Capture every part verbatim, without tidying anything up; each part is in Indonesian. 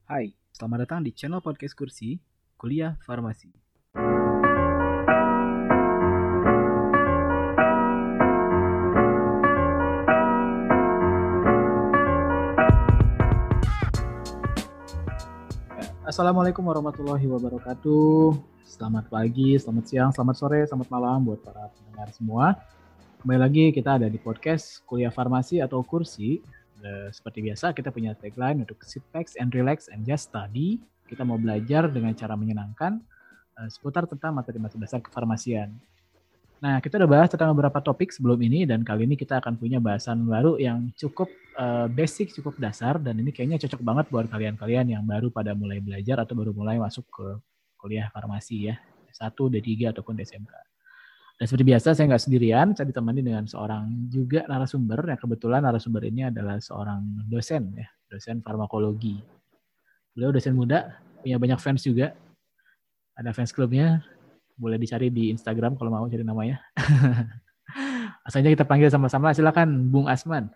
Hai, selamat datang di channel podcast Kursi, Kuliah Farmasi. Assalamualaikum warahmatullahi wabarakatuh. Selamat pagi, selamat siang, selamat sore, selamat malam buat para pendengar semua. Kembali lagi kita ada di podcast Kuliah Farmasi atau Kursi. Eh, Seperti biasa kita punya tagline untuk sit back and relax and just study. Kita mau belajar dengan cara menyenangkan eh, seputar tentang materi-materi dasar kefarmasian. Nah, kita udah bahas tentang beberapa topik sebelum ini dan kali ini kita akan punya bahasan baru yang cukup uh, basic, cukup dasar dan ini kayaknya cocok banget buat kalian-kalian yang baru pada mulai belajar atau baru mulai masuk ke kuliah farmasi ya, S satu, D tiga ataupun D S M K. Dan seperti biasa saya nggak sendirian, saya ditemani dengan seorang juga narasumber yang kebetulan narasumber ini adalah seorang dosen ya, dosen farmakologi. Beliau dosen muda, punya banyak fans juga, ada fans klubnya, boleh dicari di Instagram kalau mau cari namanya. Asalnya kita panggil sama-sama. Silakan Bung Asman.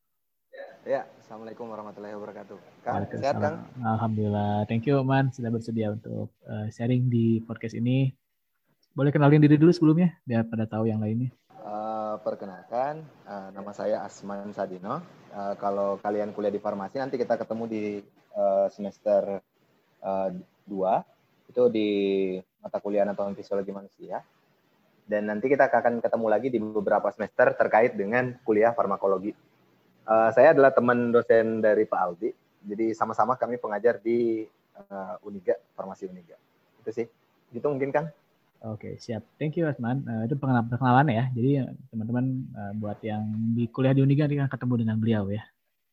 Ya, Assalamualaikum warahmatullahi wabarakatuh. Kang, sehat Waalaikumsalam. Kang? Alhamdulillah. Thank you, Man, sudah bersedia untuk uh, sharing di podcast ini. Boleh kenalin diri dulu sebelumnya, biar pada tahu yang lainnya. Uh, perkenalkan, uh, nama saya Asman Sadino. Uh, kalau kalian kuliah di farmasi, nanti kita ketemu di uh, semester uh, dua, itu di mata kuliah anatomi fisiologi manusia. Dan nanti kita akan ketemu lagi di beberapa semester terkait dengan kuliah farmakologi. Uh, saya adalah teman dosen dari Pak Aldi, jadi sama-sama kami pengajar di uh, Uniga, Farmasi Uniga. Itu sih, gitu mungkin kan? Oke, siap. Thank you, Asman. Uh, itu pengenalan, perkenalan ya. Jadi teman-teman uh, buat yang di kuliah di Uniga nanti akan ketemu dengan beliau ya.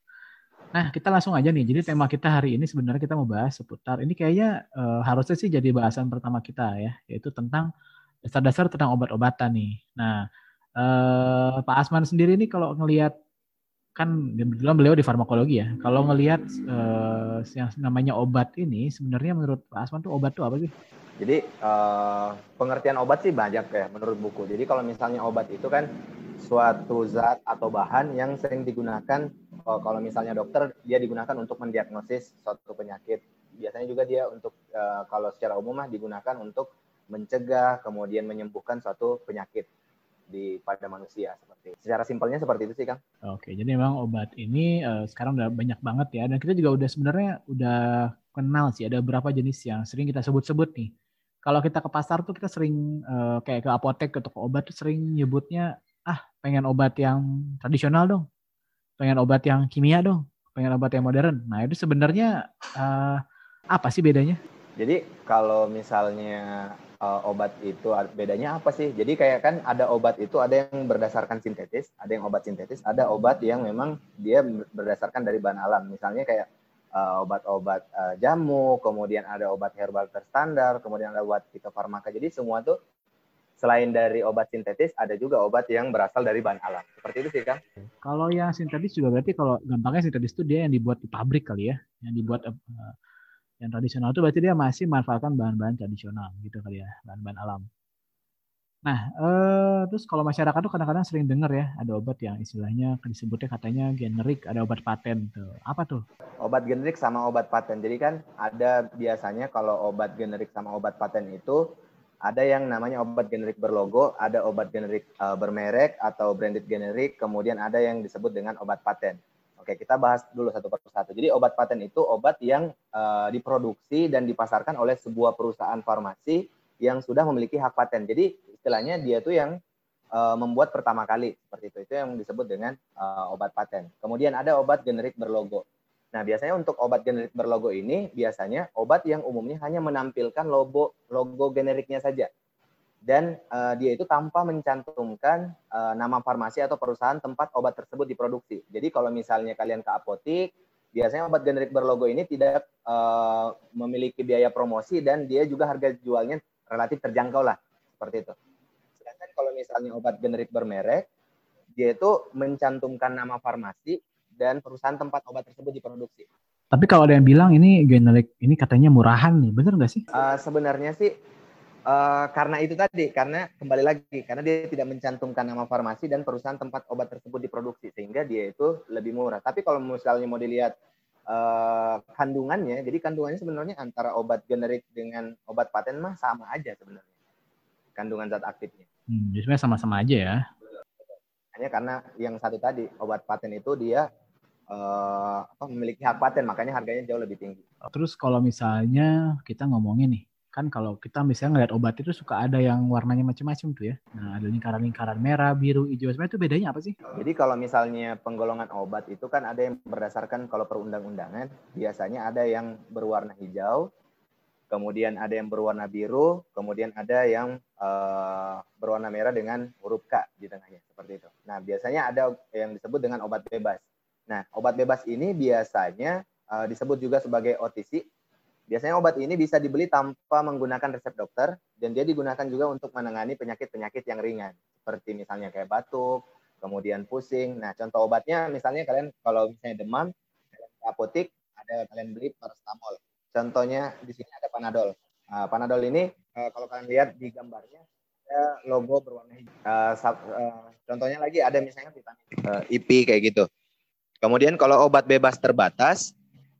Nah, kita langsung aja nih. Jadi tema kita hari ini sebenarnya kita mau bahas seputar, ini kayaknya uh, harusnya sih jadi bahasan pertama kita ya, yaitu tentang dasar-dasar tentang obat-obatan nih. Nah, uh, Pak Asman sendiri nih kalau ngelihat, kan kebetulan beliau di farmakologi ya. Kalau ngelihat uh, yang namanya obat ini, sebenarnya menurut Pak Asman tuh obat tuh apa sih? Jadi uh, pengertian obat sih banyak ya menurut buku. Jadi kalau misalnya obat itu kan suatu zat atau bahan yang sering digunakan, uh, kalau misalnya dokter dia digunakan untuk mendiagnosis suatu penyakit. Biasanya juga dia untuk uh, kalau secara umum mah digunakan untuk mencegah kemudian menyembuhkan suatu penyakit di pada manusia seperti. Secara simpelnya seperti itu sih, Kang. Oke, jadi memang obat ini uh, sekarang udah banyak banget ya, dan kita juga udah sebenarnya udah kenal sih ada beberapa jenis yang sering kita sebut-sebut nih. Kalau kita ke pasar tuh kita sering uh, kayak ke apotek, ke toko obat tuh sering nyebutnya, ah pengen obat yang tradisional dong, pengen obat yang kimia dong, pengen obat yang modern. Nah itu sebenarnya uh, apa sih bedanya? Jadi kalau misalnya uh, obat itu bedanya apa sih? Jadi kayak kan ada obat itu ada yang berdasarkan sintetis, ada yang obat sintetis, ada obat yang memang dia berdasarkan dari bahan alam. Misalnya kayak uh, obat-obat uh, jamu, kemudian ada obat herbal terstandar, kemudian ada obat fitofarmaka. Jadi semua tuh selain dari obat sintetis ada juga obat yang berasal dari bahan alam. Seperti itu sih, Kang. Kalau yang sintetis juga berarti kalau gampangnya sintetis itu dia yang dibuat di pabrik kali ya, yang dibuat uh, yang tradisional itu berarti dia masih manfaatkan bahan-bahan tradisional gitu kali ya, bahan-bahan alam. Nah, eh, terus kalau masyarakat tuh kadang-kadang sering dengar ya, ada obat yang istilahnya disebutnya katanya generik, ada obat paten tuh. Apa tuh? Obat generik sama obat paten. Jadi kan ada biasanya kalau obat generik sama obat paten itu ada yang namanya obat generik berlogo, ada obat generik uh, bermerek atau branded generik, kemudian ada yang disebut dengan obat paten. Oke, kita bahas dulu satu persatu. Jadi obat paten itu obat yang uh, diproduksi dan dipasarkan oleh sebuah perusahaan farmasi yang sudah memiliki hak paten. Jadi istilahnya dia tuh yang uh, membuat pertama kali seperti itu. Itu yang disebut dengan uh, obat paten. Kemudian ada obat generik berlogo. Nah, biasanya untuk obat generik berlogo ini, biasanya obat yang umumnya hanya menampilkan logo logo generiknya saja. Dan uh, dia itu tanpa mencantumkan uh, nama farmasi atau perusahaan tempat obat tersebut diproduksi. Jadi kalau misalnya kalian ke apotik, biasanya obat generik berlogo ini tidak uh, memiliki biaya promosi dan dia juga harga jualnya relatif terjangkau lah. Seperti itu. Sedangkan kalau misalnya obat generik bermerek, dia itu mencantumkan nama farmasi dan perusahaan tempat obat tersebut diproduksi. Tapi kalau ada yang bilang ini generik, ini katanya murahan nih, bener nggak sih? Uh, sebenarnya sih uh, karena itu tadi, karena kembali lagi, karena dia tidak mencantumkan nama farmasi dan perusahaan tempat obat tersebut diproduksi, sehingga dia itu lebih murah. Tapi kalau misalnya mau dilihat uh, kandungannya, jadi kandungannya sebenarnya antara obat generik dengan obat paten mah sama aja sebenarnya kandungan zat aktifnya. Hmm, jadi sebenarnya sama-sama aja ya. Hanya karena yang satu tadi obat paten itu dia uh, apa, memiliki hak paten, makanya harganya jauh lebih tinggi. Terus kalau misalnya kita ngomongin nih, kan kalau kita misalnya ngeliat obat itu suka ada yang warnanya macam-macam tuh ya. Nah, ada lingkaran-lingkaran merah, biru, hijau. Sebenarnya itu bedanya apa sih? Jadi kalau misalnya penggolongan obat itu kan ada yang berdasarkan kalau perundang-undangan, biasanya ada yang berwarna hijau, kemudian ada yang berwarna biru, kemudian ada yang uh, berwarna merah dengan huruf K di tengahnya, seperti itu. Nah, biasanya ada yang disebut dengan obat bebas. Nah, obat bebas ini biasanya uh, disebut juga sebagai O T C. Biasanya obat ini bisa dibeli tanpa menggunakan resep dokter, dan dia digunakan juga untuk menangani penyakit-penyakit yang ringan, seperti misalnya kayak batuk, kemudian pusing. Nah, contoh obatnya misalnya kalian kalau misalnya demam, kalian ke apotek, ada kalian beli paracetamol. Contohnya di sini ada Panadol. Nah, Panadol ini uh, kalau kalian lihat di gambarnya ada logo berwarna hijau. Uh, uh, contohnya lagi ada misalnya vitamin uh, I P kayak gitu. Kemudian kalau obat bebas terbatas,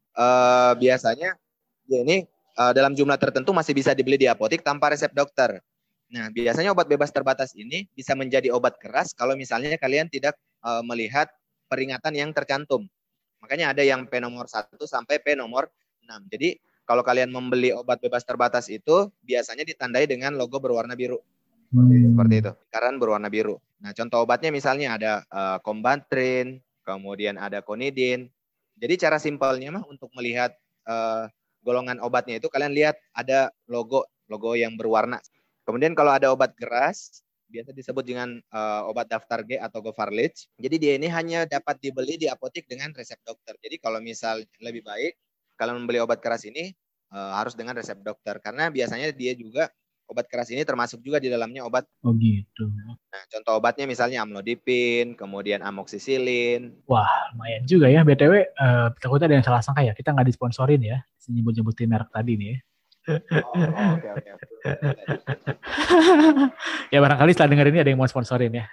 uh, biasanya ya ini uh, dalam jumlah tertentu masih bisa dibeli di apotek tanpa resep dokter. Nah, biasanya obat bebas terbatas ini bisa menjadi obat keras kalau misalnya kalian tidak uh, melihat peringatan yang tercantum. Makanya ada yang P nomor satu sampai P nomor enam. Jadi kalau kalian membeli obat bebas terbatas itu biasanya ditandai dengan logo berwarna biru. Hmm. Seperti itu. Lingkaran berwarna biru. Nah, contoh obatnya misalnya ada uh, Combantrin, kemudian ada Conidin. Jadi cara simpelnya mah untuk melihat uh, golongan obatnya itu kalian lihat ada logo logo yang berwarna. Kemudian kalau ada obat keras biasa disebut dengan uh, obat daftar G atau Gofarlage. Jadi dia ini hanya dapat dibeli di apotek dengan resep dokter. Jadi kalau misal lebih baik kalian membeli obat keras ini uh, harus dengan resep dokter karena biasanya dia juga obat keras ini termasuk juga di dalamnya obat. Oh gitu. Nah, contoh obatnya misalnya amlodipin, kemudian amoksisilin. Wah, lumayan juga ya. B T W, uh, takutnya ada yang salah sangka ya. Kita nggak disponsorin ya. Nyebut-nyebutin merek tadi nih ya. Oh, oke, oke. Ya barangkali setelah denger ini ada yang mau sponsorin ya.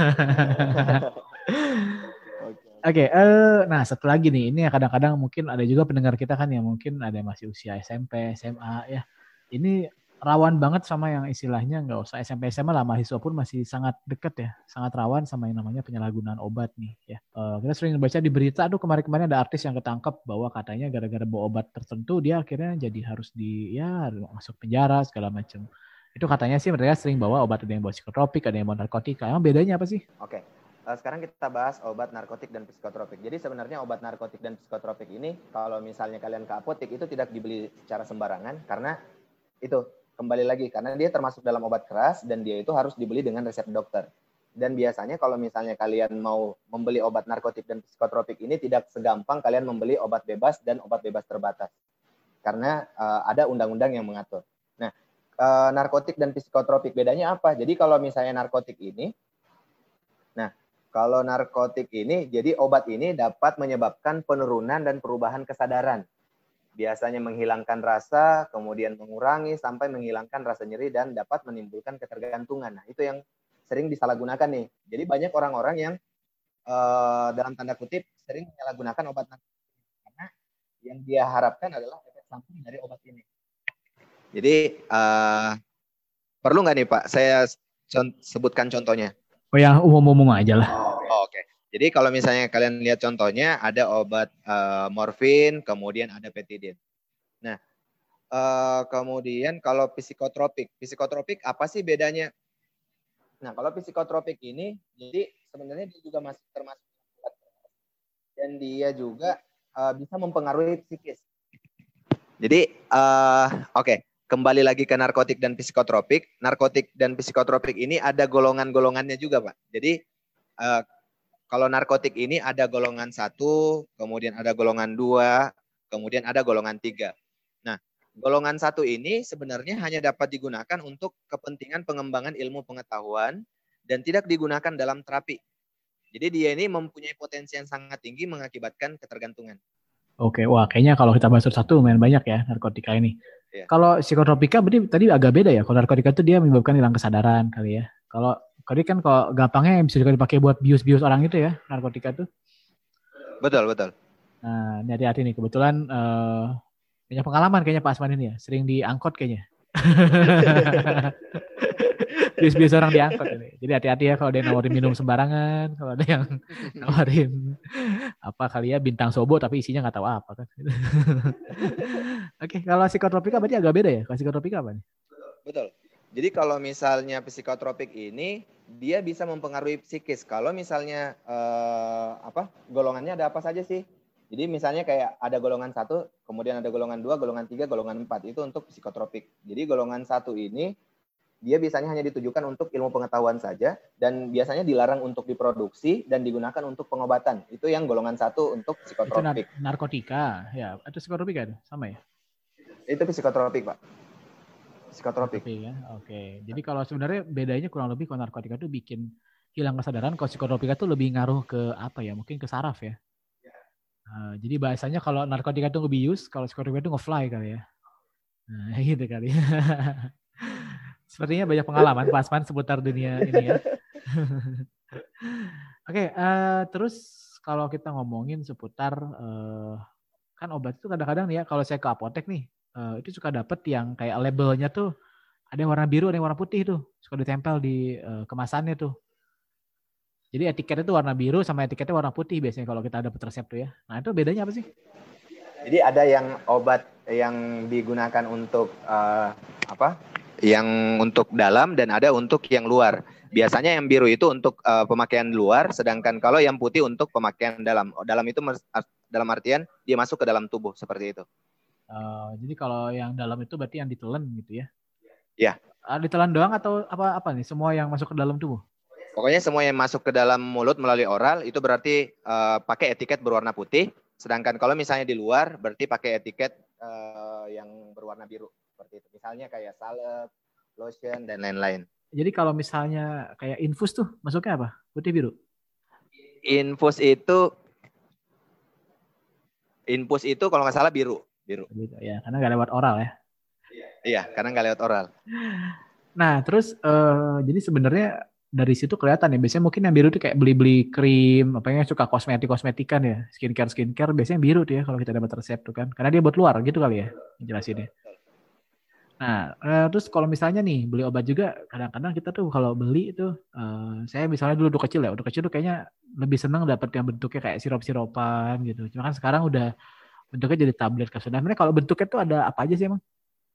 Oke, okay, uh, nah satu lagi nih. Ini kadang-kadang mungkin ada juga pendengar kita kan yang mungkin ada yang masih usia S M P, S M A ya. Ini rawan banget sama yang istilahnya nggak usah S M P S M A lah, mahasiswa pun masih sangat dekat ya, sangat rawan sama yang namanya penyalahgunaan obat nih ya. Uh, kita sering baca di berita, aduh kemarin-kemarin ada artis yang ketangkep bahwa katanya gara-gara bawa obat tertentu dia akhirnya jadi harus di ya masuk penjara segala macam. Itu katanya sih mereka sering bawa obat, ada yang bawa psikotropik, ada yang bawa narkotika. Emang bedanya apa sih? Oke. Okay. Sekarang kita bahas obat narkotik dan psikotropik. Jadi sebenarnya obat narkotik dan psikotropik ini kalau misalnya kalian ke apotek itu tidak dibeli secara sembarangan karena itu kembali lagi karena dia termasuk dalam obat keras dan dia itu harus dibeli dengan resep dokter. Dan biasanya kalau misalnya kalian mau membeli obat narkotik dan psikotropik ini tidak segampang kalian membeli obat bebas dan obat bebas terbatas. Karena uh, ada undang-undang yang mengatur. Nah, uh, narkotik dan psikotropik bedanya apa? Jadi kalau misalnya narkotik ini Nah, kalau narkotik ini jadi obat ini dapat menyebabkan penurunan dan perubahan kesadaran. Biasanya menghilangkan rasa, kemudian mengurangi sampai menghilangkan rasa nyeri dan dapat menimbulkan ketergantungan. Nah, itu yang sering disalahgunakan nih. Jadi banyak orang-orang yang uh, dalam tanda kutip sering menyalahgunakan obat narkotik karena yang dia harapkan adalah efek samping dari obat ini. Jadi uh, perlu nggak nih Pak saya con- sebutkan contohnya? Oh yang umum-umum aja lah. Oh, oke. Okay. Jadi kalau misalnya kalian lihat contohnya ada obat uh, morfin, kemudian ada petidin. Nah, uh, kemudian kalau psikotropik, psikotropik apa sih bedanya? Nah, kalau psikotropik ini, jadi sebenarnya dia juga masih termasuk dan dia juga uh, bisa mempengaruhi psikis. Jadi, uh, oke, okay. Kembali lagi ke narkotik dan psikotropik. Narkotik dan psikotropik ini ada golongan-golongannya juga, Pak. Jadi, uh, kalau narkotik ini ada golongan satu, kemudian ada golongan dua, kemudian ada golongan tiga. Nah, golongan satu ini sebenarnya hanya dapat digunakan untuk kepentingan pengembangan ilmu pengetahuan dan tidak digunakan dalam terapi. Jadi dia ini mempunyai potensi yang sangat tinggi mengakibatkan ketergantungan. Oke, wah kayaknya kalau kita bahas satu lumayan banyak ya narkotika ini. Ya. Kalau psikotropika berarti tadi agak beda ya. Kalau narkotika itu dia menyebabkan hilang kesadaran kali ya. Kalau tadi kan kalau gampangnya bisa juga dipakai buat bius-bius orang itu ya narkotika itu. Betul, betul. Nah, ini hati-hati nih. Kebetulan uh, punya pengalaman kayaknya Pak Asman ini ya. Sering diangkut kayaknya. Biasa-biasa orang diangkut ini. Jadi hati-hati ya kalau ada yang nawarin minum sembarangan. Kalau ada yang nawarin apa kali ya bintang sobo tapi isinya nggak tahu apa kan. Oke, kalau psikotropika berarti agak beda ya. Kalau psikotropika apa nih? Betul. Jadi kalau misalnya psikotropik ini dia bisa mempengaruhi psikis. Kalau misalnya eh, apa golongannya ada apa saja sih? Jadi misalnya kayak ada golongan satu, kemudian ada golongan dua, golongan tiga, golongan empat itu untuk psikotropik. Jadi golongan satu ini dia biasanya hanya ditujukan untuk ilmu pengetahuan saja dan biasanya dilarang untuk diproduksi dan digunakan untuk pengobatan. Itu yang golongan satu untuk psikotropik. Itu narkotika ya atau psikotropika itu sama ya? Itu psikotropik, Pak. Psikotropik. Ya. Oke. Jadi kalau sebenarnya bedanya kurang lebih kalau narkotika itu bikin hilang kesadaran, kalau psikotropika itu lebih ngaruh ke apa ya? Mungkin ke saraf ya. Nah, jadi bahasanya kalau narkotika itu ngebius, kalau psikotropika itu ngefly kali ya. Nah, gitu kali. Sepertinya banyak pengalaman Pak Asman seputar dunia ini ya. Oke, uh, terus kalau kita ngomongin seputar uh, kan obat itu kadang-kadang ya kalau saya ke apotek nih, Uh, itu suka dapet yang kayak labelnya tuh ada yang warna biru, ada yang warna putih tuh, suka ditempel di uh, kemasannya tuh. Jadi etiketnya tuh warna biru sama etiketnya warna putih biasanya kalau kita dapet resep tuh ya. Nah itu bedanya apa sih? Jadi ada yang obat yang digunakan untuk uh, apa? Yang untuk dalam dan ada untuk yang luar. Biasanya yang biru itu untuk uh, pemakaian luar, sedangkan kalau yang putih untuk pemakaian dalam. Dalam itu dalam artian dia masuk ke dalam tubuh seperti itu. Uh, jadi kalau yang dalam itu berarti yang ditelan gitu ya? Ya. Uh, ditelan doang atau apa-apa nih? Semua yang masuk ke dalam tubuh? Pokoknya semua yang masuk ke dalam mulut melalui oral itu berarti uh, pakai etiket berwarna putih. Sedangkan kalau misalnya di luar berarti pakai etiket uh, yang berwarna biru. Seperti itu. Misalnya kayak salep, lotion, dan lain-lain. Jadi kalau misalnya kayak infus tuh masuknya apa? Putih biru? Infus itu infus itu kalau nggak salah biru. Biru. Ya, karena nggak lewat oral ya. Iya, karena nggak lewat oral. Nah, terus uh, jadi sebenarnya dari situ kelihatan ya. Biasanya mungkin yang biru tuh kayak beli-beli krim, apa yang suka kosmetik-kosmetikan ya, skincare-skincare biasanya biru tuh ya kalau kita dapat resep tuh kan. Karena dia buat luar gitu kali ya, jelasinnya. Nah, uh, terus kalau misalnya nih beli obat juga, kadang-kadang kita tuh kalau beli itu, uh, saya misalnya dulu waktu kecil ya, waktu kecil tuh kayaknya lebih seneng dapat yang bentuknya kayak sirup-sirupan gitu. Cuma kan sekarang udah bentuknya jadi tablet kan. Sebenarnya kalau bentuknya tuh ada apa aja sih emang?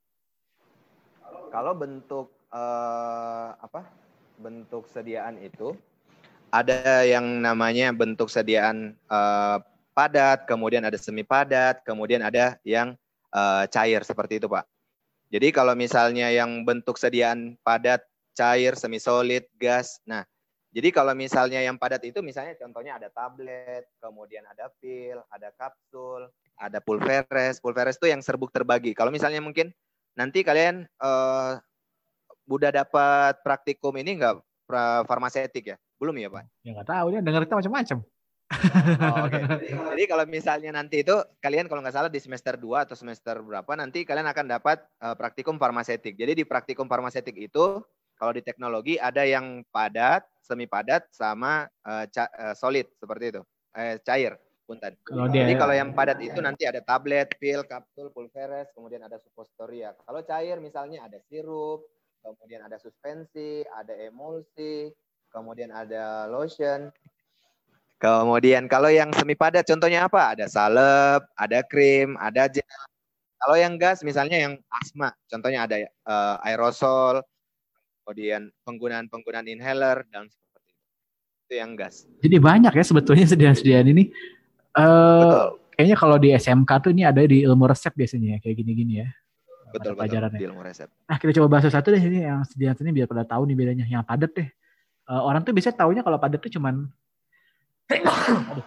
Kalau bentuk uh, apa? Bentuk sediaan itu ada yang namanya bentuk sediaan uh, padat, kemudian ada semi padat, kemudian ada yang uh, cair seperti itu, Pak. Jadi kalau misalnya yang bentuk sediaan padat, cair, semi solid, gas. Nah, jadi kalau misalnya yang padat itu misalnya contohnya ada tablet, kemudian ada pil, ada kapsul, ada pulveres. Pulveres itu yang serbuk terbagi. Kalau misalnya mungkin nanti kalian uh, udah dapat praktikum ini enggak farmasetik ya? Belum ya, Pak? Ya nggak tahu, dia dengar kita macam-macam. Oh, oke. Okay. Jadi, jadi kalau misalnya nanti itu kalian kalau nggak salah di semester dua atau semester berapa nanti kalian akan dapat uh, praktikum farmasetik. Jadi di praktikum farmasetik itu kalau di teknologi ada yang padat, semi padat sama uh, ca- uh, solid seperti itu. Eh, cair, punten. Kalau dia... Jadi kalau yang padat itu nanti ada tablet, pil, kapsul, pulveres, kemudian ada suppositoria. Kalau cair misalnya ada sirup, kemudian ada suspensi, ada emulsi, kemudian ada lotion. Kemudian kalau yang semi padat contohnya apa? Ada salep, ada krim, ada gel. Kalau yang gas misalnya yang asma, contohnya ada uh, aerosol, kemudian penggunaan-penggunaan inhaler dan seperti itu. Itu yang gas. Jadi banyak ya sebetulnya sediaan-sediaan ini. Uh, betul. Kayaknya kalau di S M K tuh ini ada di ilmu resep biasanya ya, kayak gini-gini ya. Betul, betul, di ilmu resep. Nah, kita coba bahas satu deh ini yang sediaan ini biar pada tahu nih bedanya. Yang padat deh. Uh, orang tuh biasanya taunya kalau padat tuh cuman aduh,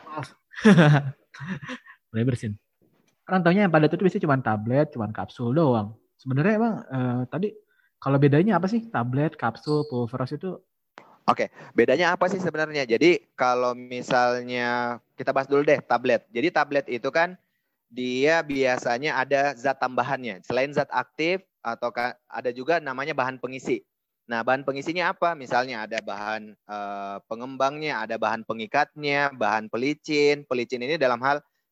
mulai bersin. Orang taunya yang padat itu biasanya cuma tablet, cuma kapsul doang. Sebenarnya emang uh, tadi kalau bedanya apa sih tablet, kapsul, pulveres itu? Oke, bedanya apa sih sebenarnya? Jadi kalau misalnya kita bahas dulu deh tablet. Jadi tablet itu kan dia biasanya ada zat tambahannya. Selain zat aktif atau ada juga namanya bahan pengisi. Nah, bahan pengisinya apa? Misalnya ada bahan uh, pengembangnya, ada bahan pengikatnya, bahan pelicin. Pelicin ini dalam hal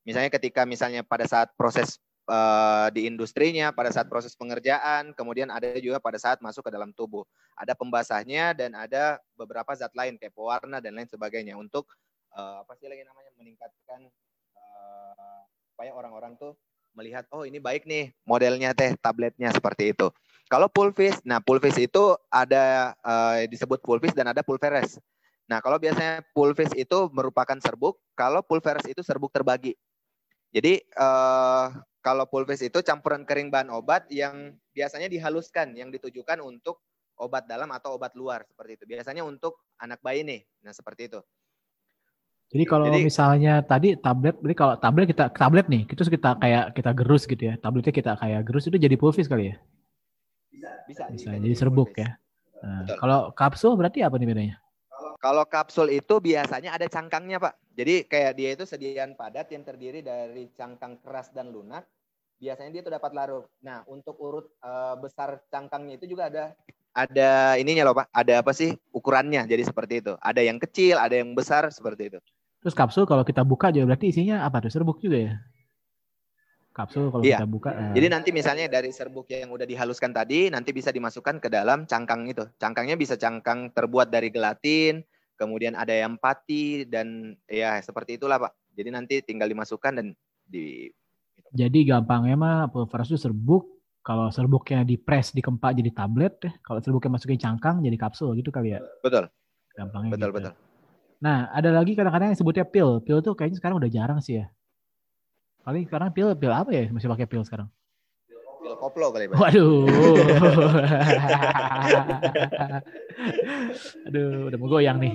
Misalnya ketika misalnya pada saat proses uh, di industrinya, pada saat proses pengerjaan, kemudian ada juga pada saat masuk ke dalam tubuh. Ada pembasahnya dan ada beberapa zat lain kayak pewarna dan lain sebagainya untuk uh, apa sih lagi namanya meningkatkan uh, supaya orang-orang tuh melihat, oh ini baik nih modelnya teh tabletnya seperti itu. Kalau pulvis, nah pulvis itu ada uh, disebut pulvis dan ada pulveres. Nah kalau biasanya pulvis itu merupakan serbuk, kalau pulveres itu serbuk terbagi. Jadi uh, kalau pulvis itu campuran kering bahan obat yang biasanya dihaluskan, yang ditujukan untuk obat dalam atau obat luar seperti itu. Biasanya untuk anak bayi nih, nah seperti itu. Jadi kalau Jadi, misalnya tadi tablet, jadi kalau tablet kita tablet nih, itu kita kayak kita gerus gitu ya. Tabletnya kita kayak gerus itu jadi pulvis kali ya? bisa, Bisa, bisa jadi serbuk pulvis. ya. Nah, kalau kapsul berarti apa nih bedanya? Kalau kapsul itu biasanya ada cangkangnya, Pak. Jadi kayak dia itu sediaan padat yang terdiri dari cangkang keras dan lunak. Biasanya dia itu dapat larut. Nah, untuk urut uh, besar cangkangnya itu juga ada ada ininya loh, Pak. Ada apa sih ukurannya? Jadi seperti itu. Ada yang kecil, ada yang besar seperti itu. Terus kapsul kalau kita buka juga berarti isinya apa tuh? Serbuk juga ya? Kapsul kalau iya. kita buka. Uh... Jadi nanti misalnya dari serbuk yang udah dihaluskan tadi, nanti bisa dimasukkan ke dalam cangkang itu. Cangkangnya bisa cangkang terbuat dari gelatin, kemudian ada yang pati, dan ya seperti itulah Pak. Jadi nanti tinggal dimasukkan dan di... Jadi gampangnya mah pulveres itu serbuk. Kalau serbuknya dipres, dikempak jadi tablet. Kalau serbuknya masukin cangkang jadi kapsul gitu kali ya? Betul. Gampangnya betul, gitu. Betul, betul. Nah, ada lagi kadang-kadang yang sebutnya pil. Pil tuh kayaknya sekarang udah jarang sih ya. Paling sekarang pil, pil apa ya? Masih pakai pil sekarang? Pil koplo kali Pak. Waduh. Aduh, udah mau goyang nih.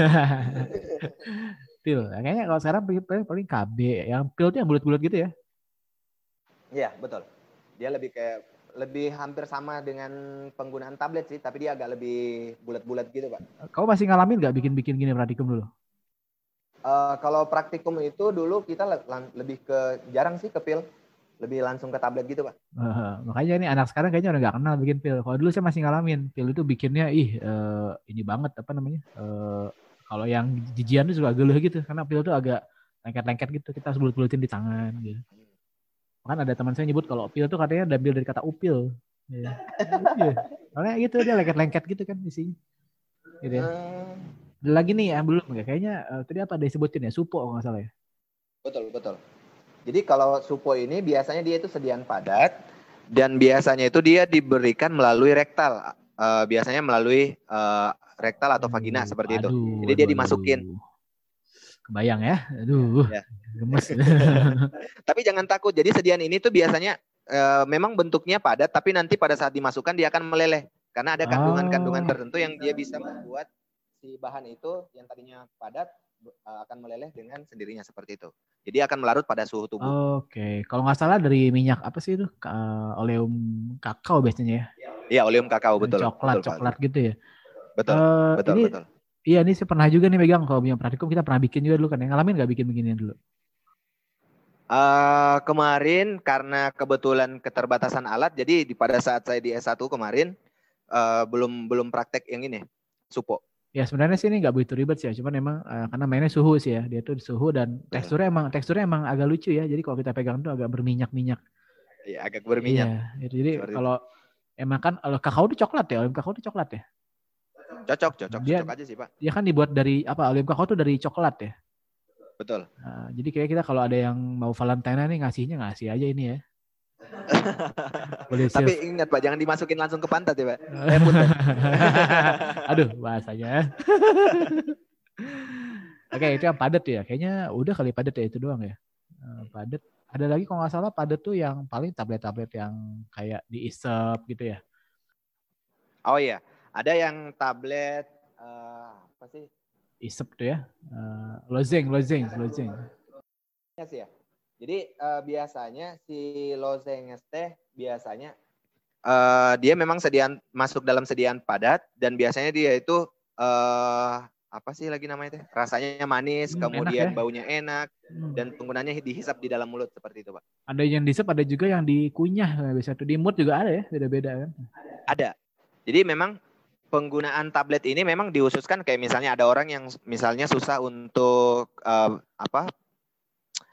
Pil. Kayaknya kalau sekarang paling, paling K B. Yang pil tuh yang bulat-bulat gitu ya? Iya, betul. Dia lebih kayak lebih hampir sama dengan penggunaan tablet sih, tapi dia agak lebih bulat-bulat gitu, Pak. Kamu masih ngalamin nggak bikin-bikin gini praktikum dulu? Uh, kalau praktikum itu dulu kita le- lebih ke jarang sih ke pil, lebih langsung ke tablet gitu, Pak. Uh, makanya nih anak sekarang kayaknya udah nggak kenal bikin pil. Kalau dulu saya masih ngalamin pil itu bikinnya, ih uh, ini banget apa namanya? Uh, kalau yang jijian tuh suka geluh gitu, karena pil tuh agak lengket-lengket gitu. Kita harus bulut-bulutin di tangan gitu. Kan ada teman saya nyebut kalau pil tuh katanya diambil dari kata upil. Ya. Iya. Soalnya gitu dia lengket-lengket gitu kan isinya. Gitu ya. Ada lagi nih yang belum kayaknya uh, tadi apa disebutin ya? Supo kalau nggak salah ya. Betul, betul. Jadi kalau supo ini biasanya dia itu sediaan padat dan biasanya itu dia diberikan melalui rektal. Uh, biasanya melalui uh, rektal atau vagina aduh, seperti aduh, itu. Jadi aduh, dia dimasukin. Aduh. Kebayang ya? Aduh. Ya. Gemes. Tapi jangan takut. Jadi sediaan ini tuh biasanya e, memang bentuknya padat, tapi nanti pada saat dimasukkan dia akan meleleh. Karena ada kandungan-kandungan oh. tertentu yang dia bisa membuat si bahan itu yang tadinya padat e, akan meleleh dengan sendirinya seperti itu. Jadi akan melarut pada suhu tubuh. Oke. Okay. Kalau nggak salah dari minyak apa sih itu? Uh, oleum kakao biasanya ya? Iya, oleum kakao betul. Coklat, betul, coklat betul. gitu ya? Betul, uh, betul, ini, betul. Iya, ini saya pernah juga nih megang kalau punya praktikum kita pernah bikin juga dulu kan. Yang ngalamin nggak bikin beginian dulu? Uh, kemarin karena kebetulan keterbatasan alat, jadi di, pada saat saya di S satu kemarin uh, belum belum praktek yang ini, supo. Ya sebenarnya sih ini nggak begitu ribet sih ya, cuman emang uh, karena mainnya suhu sih ya, dia tuh suhu dan teksturnya emang teksturnya emang agak lucu ya. Jadi kalau kita pegang tuh agak berminyak-minyak. Iya, agak berminyak. Iya, itu jadi seperti kalau itu. Emang kan kalau kakao itu coklat ya, oleum kakao itu coklat ya. Cocok, cocok, dia, cocok aja sih Pak. Dia kan dibuat dari apa? Oleum kakao tuh dari coklat ya. Betul. Nah, jadi kayak kita kalau ada yang mau Valentine nih ngasihnya ngasih aja ini ya. Tapi ingat Pak, jangan dimasukin langsung ke pantat ya Pak. Aduh bahasanya. Oke itu yang padat ya. Kayaknya udah kali padat ya itu doang ya. Padat. Ada lagi kalau nggak salah padat tuh yang paling tablet-tablet yang kayak diisep gitu ya. Oh iya. Ada yang tablet uh, apa sih? Isep tuh ya. Uh, lozeng, lozeng, lozeng. Ya sih ya. Jadi uh, biasanya si lozeng teh biasanya uh, dia memang sediaan masuk dalam sediaan padat dan biasanya dia itu uh, apa sih lagi namanya teh? Rasanya manis, hmm, kemudian enak ya? Baunya enak hmm. dan penggunaannya dihisap di dalam mulut seperti itu, Pak. Ada yang dihisap, ada juga yang dikunyah, biasa tuh di mulut juga ada ya, beda-beda kan? Ada. Jadi memang penggunaan tablet ini memang dihususkan kayak misalnya ada orang yang misalnya susah untuk uh, apa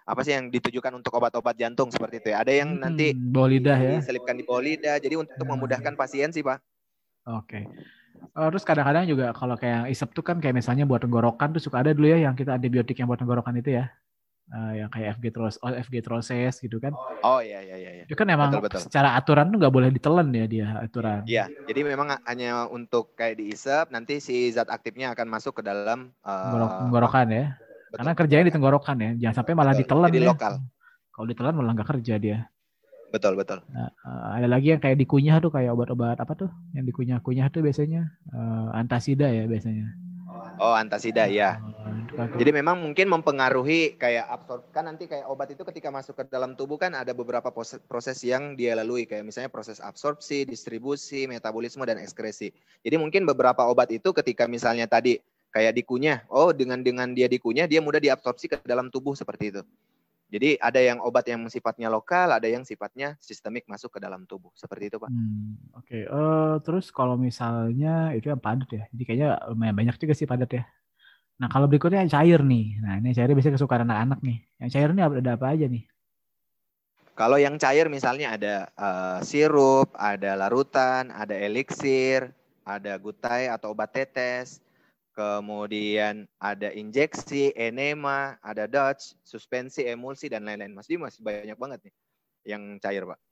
apa sih yang ditujukan untuk obat-obat jantung seperti itu ya. Ada yang Hmm, nanti bawah lidah ya. diselipkan di bawah lidah. Jadi untuk Hmm. memudahkan pasien sih, Pak. Oke. Oh, terus kadang-kadang juga kalau kayak isep tuh kan kayak misalnya buat tenggorokan tuh suka ada dulu ya yang kita antibiotik yang buat tenggorokan itu ya. Uh, yang kayak F G Tros, oh, F G Troses gitu kan. Oh iya iya iya. Itu kan emang betul, betul. secara aturan tuh nggak boleh ditelan ya dia aturan. Iya, jadi memang hanya untuk kayak diisep, nanti si zat aktifnya akan masuk ke dalam uh, tenggorokan ya. Betul, karena kerjanya di tenggorokan ya, jangan sampai malah betul, ditelan jadi ya. lokal. Kalau ditelan malah nggak kerja dia. Betul betul. Nah, uh, ada lagi yang kayak dikunyah tuh kayak obat-obat apa tuh? Yang dikunyah-kunyah tuh biasanya uh, antasida ya biasanya. Oh, antasida ya. Jadi memang mungkin mempengaruhi kayak absorb kan nanti kayak obat itu ketika masuk ke dalam tubuh kan ada beberapa proses, proses yang dia lalui kayak misalnya proses absorpsi, distribusi, metabolisme dan ekskresi. Jadi mungkin beberapa obat itu ketika misalnya tadi kayak dikunyah, oh dengan dengan dia dikunyah dia mudah diabsorpsi ke dalam tubuh seperti itu. Jadi ada yang obat yang sifatnya lokal, ada yang sifatnya sistemik masuk ke dalam tubuh. Seperti itu, Pak. Hmm, Oke, okay. uh, terus kalau misalnya itu yang padat ya, jadi kayaknya lumayan banyak juga sih padat ya. Nah kalau berikutnya cair nih, nah ini cairnya biasanya kesukaan anak-anak nih. Yang cair ini ada apa aja nih? Kalau yang cair misalnya ada uh, sirup, ada larutan, ada eliksir, ada gutai atau obat tetes. Kemudian ada injeksi, enema, ada Dutch, suspensi, emulsi, dan lain-lain. Masih masih banyak banget nih yang cair, Pak.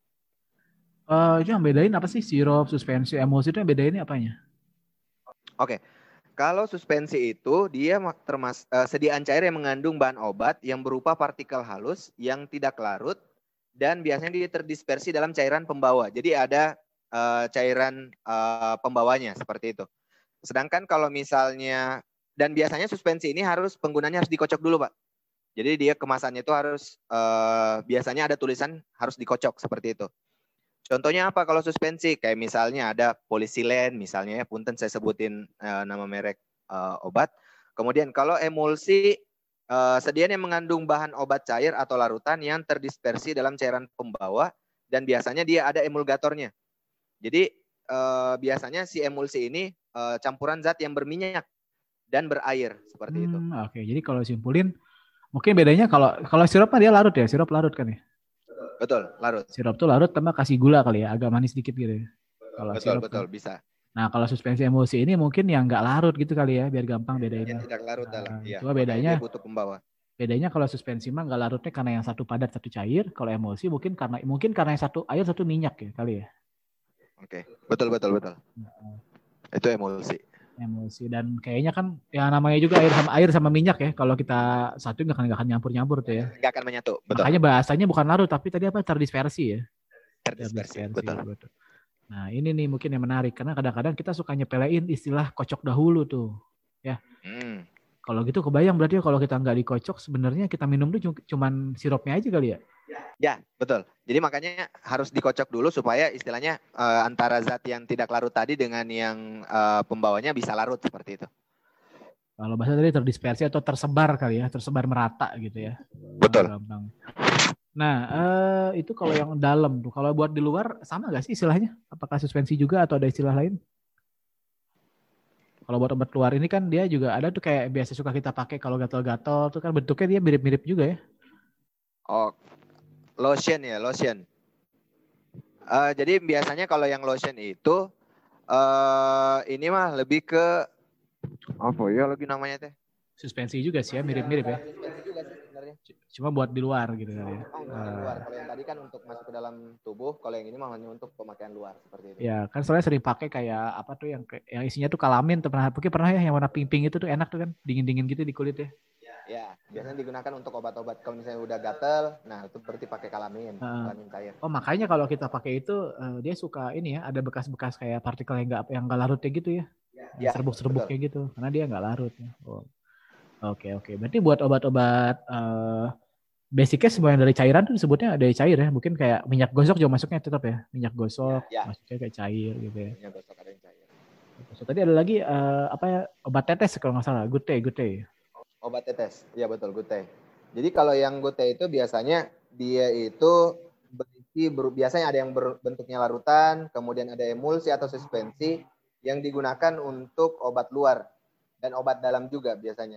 Uh, itu yang bedain apa sih sirup, suspensi, emulsi itu yang bedainnya apanya? Oke, okay. Kalau suspensi itu dia termas uh, sediaan cair yang mengandung bahan obat yang berupa partikel halus yang tidak larut dan biasanya dia terdispersi dalam cairan pembawa. Jadi ada uh, cairan uh, pembawanya seperti itu. Sedangkan kalau misalnya, dan biasanya suspensi ini harus penggunanya harus dikocok dulu, Pak. Jadi dia kemasannya itu harus, uh, biasanya ada tulisan harus dikocok seperti itu. Contohnya apa kalau suspensi? Kayak misalnya ada polisilen, misalnya ya, punten saya sebutin uh, nama merek uh, obat. Kemudian kalau emulsi, uh, sediaan yang mengandung bahan obat cair atau larutan yang terdispersi dalam cairan pembawa, dan biasanya dia ada emulgatornya. Jadi uh, biasanya si emulsi ini uh, campuran zat yang berminyak dan berair seperti hmm, itu. Oke, okay. Jadi kalau simpulin, mungkin bedanya kalau kalau sirup dia larut ya, sirup larut kan ya? Betul, larut. Sirup tuh larut tambah kasih gula kali ya, agak manis dikit gitu ya. Kalau betul, sirup betul, kan. Bisa. Nah kalau suspensi emulsi ini mungkin yang nggak larut gitu kali ya, biar gampang bedainnya. Yang tidak larut nah, dalam. Ya, coba bedanya. Dia butuh pembawa. Bedanya kalau suspensi mah nggak larutnya karena yang satu padat satu cair, kalau emulsi mungkin karena mungkin karena yang satu air satu minyak ya kali ya. Oke, betul betul betul. Nah, itu emulsi. Emulsi dan kayaknya kan ya namanya juga air sama air sama minyak ya. Kalau kita satu nggak akan nggak akan nyampur-nyampur tuh ya. Nggak akan menyatu. Betul. Makanya bahasanya bukan larut tapi tadi apa terdispersi ya. Terdispersi. Terdispersi betul. betul. Nah ini nih mungkin yang menarik karena kadang-kadang kita suka nyepelein istilah kocok dahulu tuh ya. Hmm. Kalau gitu kebayang berarti kalau kita nggak dikocok sebenarnya kita minum tuh cuman sirupnya aja kali ya? Ya, betul. Jadi makanya harus dikocok dulu supaya istilahnya uh, antara zat yang tidak larut tadi dengan yang uh, pembawanya bisa larut seperti itu. Kalau bahasa tadi terdispersi atau tersebar kali ya, tersebar merata gitu ya. Betul. Gampang. Nah, uh, itu kalau yang dalam tuh. Kalau buat di luar sama nggak sih istilahnya? Apakah suspensi juga atau ada istilah lain? Kalau buat obat luar ini kan dia juga ada tuh kayak biasa suka kita pakai kalau gatal-gatal tuh kan bentuknya dia mirip-mirip juga ya. Oh, lotion ya, lotion. Uh, jadi biasanya kalau yang lotion itu uh, ini mah lebih ke apa ya lagi namanya teh? Suspensi juga sih ya, mirip-mirip ya. Suspensi juga sih sebenarnya. Cuma buat di luar gitu kan ya. Oh, untuk di luar. Kalau yang tadi kan untuk masuk ke dalam tubuh, kalau yang ini mah hanya untuk pemakaian luar seperti itu. Ya, kan soalnya sering pakai kayak apa tuh yang yang isinya tuh kalamin tuh pernah mungkin pernah ya yang warna pink-pink itu tuh enak tuh kan, dingin-dingin gitu di kulit ya. Ya, biasanya digunakan untuk obat-obat kalau misalnya udah gatel, nah itu berarti pakai kalamin, uh, kalamin cair. Oh, makanya kalau kita pakai itu uh, dia suka ini ya, ada bekas-bekas kayak partikel yang enggak yang enggak larutnya gitu ya. Ya, serbuk-serbuknya gitu, karena dia enggak larut ya. Oh. Oke, oke. Berarti buat obat-obat uh, basicnya semua yang dari cairan tuh disebutnya dari cair ya. Mungkin kayak minyak gosok juga masuknya tetap ya. Minyak gosok ya, ya. Masuknya kayak cair gitu ya. Minyak gosok ada yang cair. So, tadi ada lagi uh, apa ya, obat tetes kalau nggak salah, gute, gute. Obat tetes, iya betul, gute. Jadi kalau yang gute itu biasanya dia itu berisi, ber, biasanya ada yang bentuknya larutan, kemudian ada emulsi atau suspensi yang digunakan untuk obat luar dan obat dalam juga biasanya.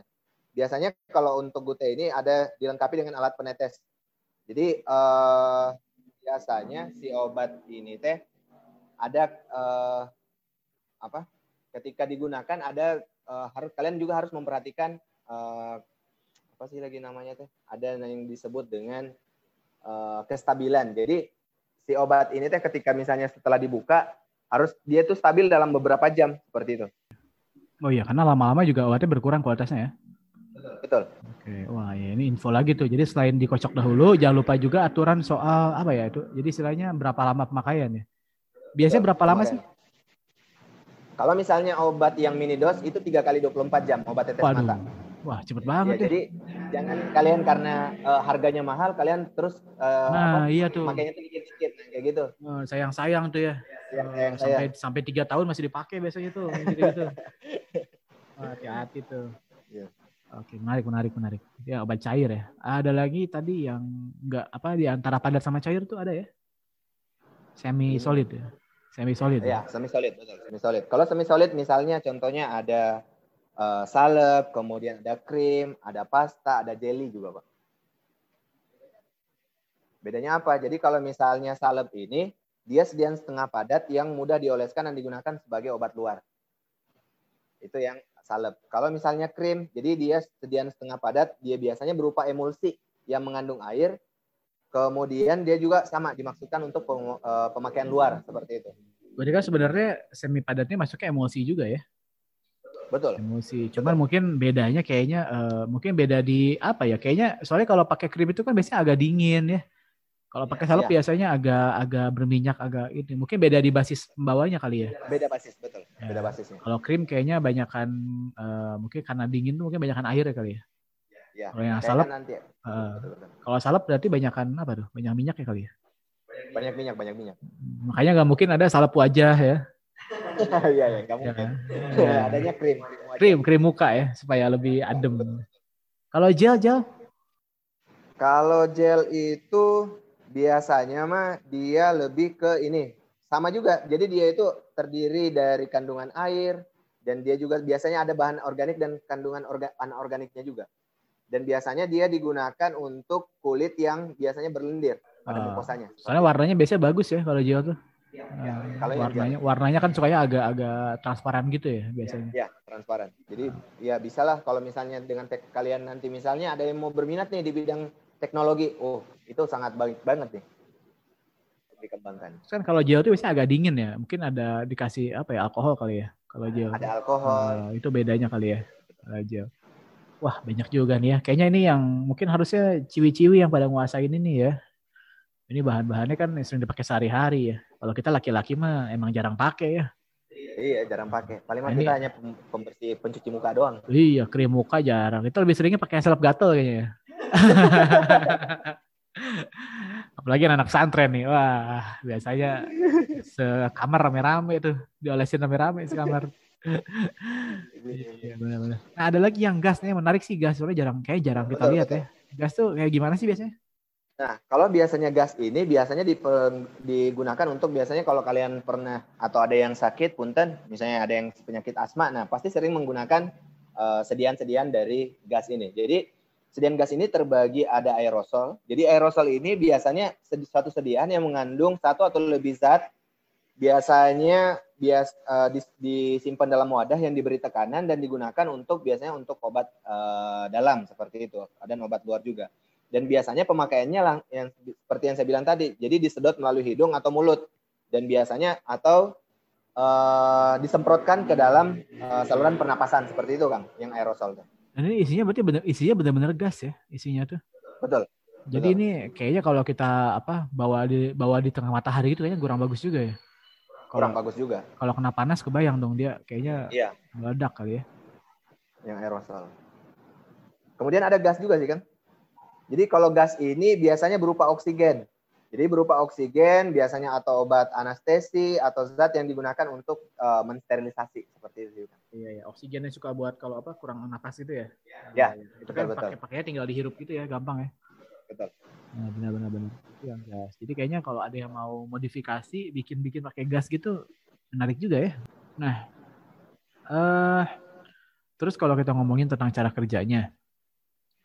biasanya kalau untuk gute ini ada dilengkapi dengan alat penetes. Jadi eh, biasanya si obat ini teh ada eh, apa? Ketika digunakan ada eh, harus kalian juga harus memperhatikan eh, apa sih lagi namanya teh? Ada yang disebut dengan eh, kestabilan. Jadi si obat ini teh ketika misalnya setelah dibuka harus dia tuh stabil dalam beberapa jam seperti itu. Oh iya, karena lama-lama juga obatnya berkurang kualitasnya ya. Betul. Oke, wah ya ini info lagi tuh. Jadi selain dikocok dahulu, jangan lupa juga aturan soal apa ya itu. Jadi istilahnya berapa lama pemakaian ya? Biasanya berapa lama sih? Kalau misalnya obat yang mini dos itu tiga kali dua puluh empat jam obat tetes Waduh. mata. Wah, cepet banget ya. Jadi jangan kalian karena uh, harganya mahal kalian terus uh, nah, apa, iya tuh. makanya tuh dikit-dikit kayak gitu. Oh, sayang-sayang tuh ya. Sayang, sayang, sampai sayang. sampai tiga tahun masih dipakai biasanya tuh gitu-gitu. Oh, hati-hati tuh. Yeah. Oke, menarik, menarik, menarik. Ya, obat cair ya. Ada lagi tadi yang enggak apa di antara padat sama cair tuh ada ya? Semi solid ya. Semi solid. Ya, semi solid betul. Semi solid. Kalau semi solid misalnya contohnya ada uh, salep, kemudian ada krim, ada pasta, ada jelly juga, Pak. Bedanya apa? Jadi kalau misalnya salep ini dia sediaan setengah padat yang mudah dioleskan dan digunakan sebagai obat luar. Itu yang salep. Kalau misalnya krim, jadi dia sediaan setengah padat, dia biasanya berupa emulsi yang mengandung air. Kemudian dia juga sama dimaksudkan untuk pemakaian luar seperti itu. Berarti kan sebenarnya semi padatnya masuknya emulsi juga ya? Betul. Emulsi. Cuman Betul. mungkin bedanya kayaknya uh, mungkin beda di apa ya? Kayaknya soalnya kalau pakai krim itu kan biasanya agak dingin ya. Kalau pakai salep ya. biasanya agak agak berminyak, agak ini. Mungkin beda di basis pembawanya kali ya. Beda basis, betul. Ya. Beda basisnya. Kalau krim kayaknya banyakan uh, mungkin karena dingin tuh mungkin banyakan air ya kali ya. Ya. Kalau yang salep, nanti ya. uh, betul, betul. Kalau salep berarti banyakan apa tuh? Banyak minyak ya kali ya. Banyak minyak, banyak minyak. Makanya nggak mungkin ada salep wajah ya. Iya, ya, nggak mungkin. Ya. Adanya krim. Krim, krim muka ya, supaya lebih adem. Kalau gel, gel? Kalau gel itu biasanya mah dia lebih ke ini. Sama juga, jadi dia itu terdiri dari kandungan air, dan dia juga biasanya ada bahan organik dan kandungan orga, anorganiknya juga. Dan biasanya dia digunakan untuk kulit yang biasanya berlendir pada uh, mukosanya. Soalnya warnanya biasanya bagus ya kalau gel tuh. Ya, ya. Uh, kalau warnanya, warnanya kan sukanya agak-agak transparan gitu ya biasanya. Ya, ya transparan. Jadi uh. ya bisalah kalau misalnya dengan tek, kalian nanti misalnya ada yang mau berminat nih di bidang teknologi, oh itu sangat baik banget nih dikembangkan. Kan kalau gel tuh biasanya agak dingin ya, mungkin ada dikasih apa ya alkohol kali ya kalau gel. Ada alkohol. Uh, itu bedanya kali ya uh, gel. Wah banyak juga nih ya. Kayaknya ini yang mungkin harusnya ciwi-ciwi yang pada nguasain ini ya. Ini bahan-bahannya kan sering dipakai sehari-hari ya. Kalau kita laki-laki mah emang jarang pakai ya. Iya jarang pakai. Paling mah kita hanya pembersih pencuci muka doang. Iya krim muka jarang. Kita lebih seringnya pakai salep gatel kayaknya. Apalagi anak santren nih. Wah biasanya sekamar rame-rame tuh. Diolesin rame-rame sekamar. Iya benar-benar. Nah ada lagi yang gas nih menarik sih gas. Soalnya jarang kayak jarang kita betul, lihat betul. ya. Gas tuh kayak gimana sih biasanya? Nah, kalau biasanya gas ini biasanya digunakan untuk biasanya kalau kalian pernah atau ada yang sakit, punten, misalnya ada yang penyakit asma, nah pasti sering menggunakan uh, sediaan-sediaan dari gas ini. Jadi sediaan gas ini terbagi ada aerosol. Jadi aerosol ini biasanya suatu sediaan yang mengandung satu atau lebih zat, biasanya bias, uh, disimpan dalam wadah yang diberi tekanan dan digunakan untuk biasanya untuk obat uh, dalam seperti itu, dan obat luar juga. Dan biasanya pemakaiannya lang, yang seperti yang saya bilang tadi, jadi disedot melalui hidung atau mulut, dan biasanya atau uh, disemprotkan ke dalam uh, saluran pernapasan seperti itu, Kang, yang aerosol. Ini isinya berarti benar, isinya benar-benar gas ya, isinya tuh. Betul. Jadi betul. Ini kayaknya kalau kita apa bawa di bawa di tengah matahari itu kayaknya kurang bagus juga ya. Kalo, kurang bagus juga. Kalau kena panas kebayang dong dia kayaknya iya. Meledak kali ya. Yang aerosol. Kemudian ada gas juga sih kan. Jadi kalau gas ini biasanya berupa oksigen. Jadi berupa oksigen biasanya atau obat anestesi atau zat yang digunakan untuk uh, mensterilisasi seperti itu. Iya ya, oksigennya suka buat kalau apa kurang napas gitu ya. Ya, nah, itu kan pakai-pakainya tinggal dihirup gitu ya, gampang ya. Betul. Nah, benar-benar benar. Yang gas. Jadi kayaknya kalau ada yang mau modifikasi bikin-bikin pakai gas gitu menarik juga ya. Nah, uh, terus kalau kita ngomongin tentang cara kerjanya.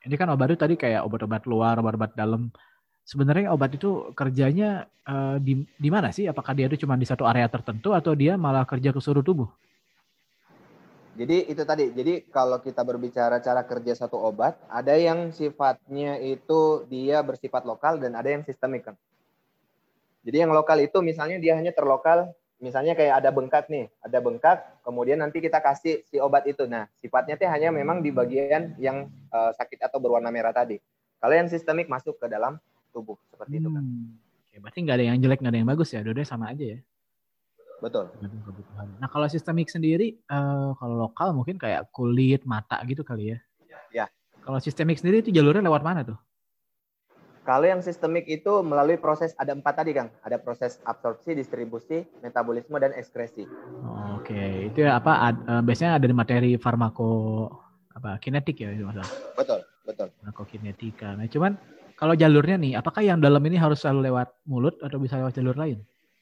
Ini kan obat itu tadi kayak obat-obat luar, obat-obat dalam. Sebenarnya obat itu kerjanya uh, di di mana sih? Apakah dia itu cuma di satu area tertentu atau dia malah kerja ke seluruh tubuh? Jadi itu tadi. Jadi kalau kita berbicara cara kerja satu obat, ada yang sifatnya itu dia bersifat lokal dan ada yang sistemik kan. Jadi yang lokal itu misalnya dia hanya terlokal, misalnya kayak ada bengkak nih, ada bengkak, kemudian nanti kita kasih si obat itu. Nah, sifatnya tuh hanya memang di bagian yang uh, sakit atau berwarna merah tadi. Kalau yang sistemik masuk ke dalam tubuh seperti hmm. itu kan. Oke, berarti nggak ada yang jelek, nggak ada yang bagus ya, dua-duanya sama aja ya. Betul. Nah kalau sistemik sendiri, uh, kalau lokal mungkin kayak kulit, mata gitu kali ya. Ya. Kalau sistemik sendiri itu jalurnya lewat mana tuh? Kalau yang sistemik itu melalui proses, ada empat tadi Kang. Ada proses absorpsi, distribusi, metabolisme, dan ekskresi. Oh, Oke, okay. Itu ya apa? Ad, uh, biasanya ada di materi farmako apa kinetik ya itu masalah. Betul, betul. Farmakokinetika. Nah cuman kalau jalurnya nih, apakah yang dalam ini harus selalu lewat mulut atau bisa lewat jalur lain?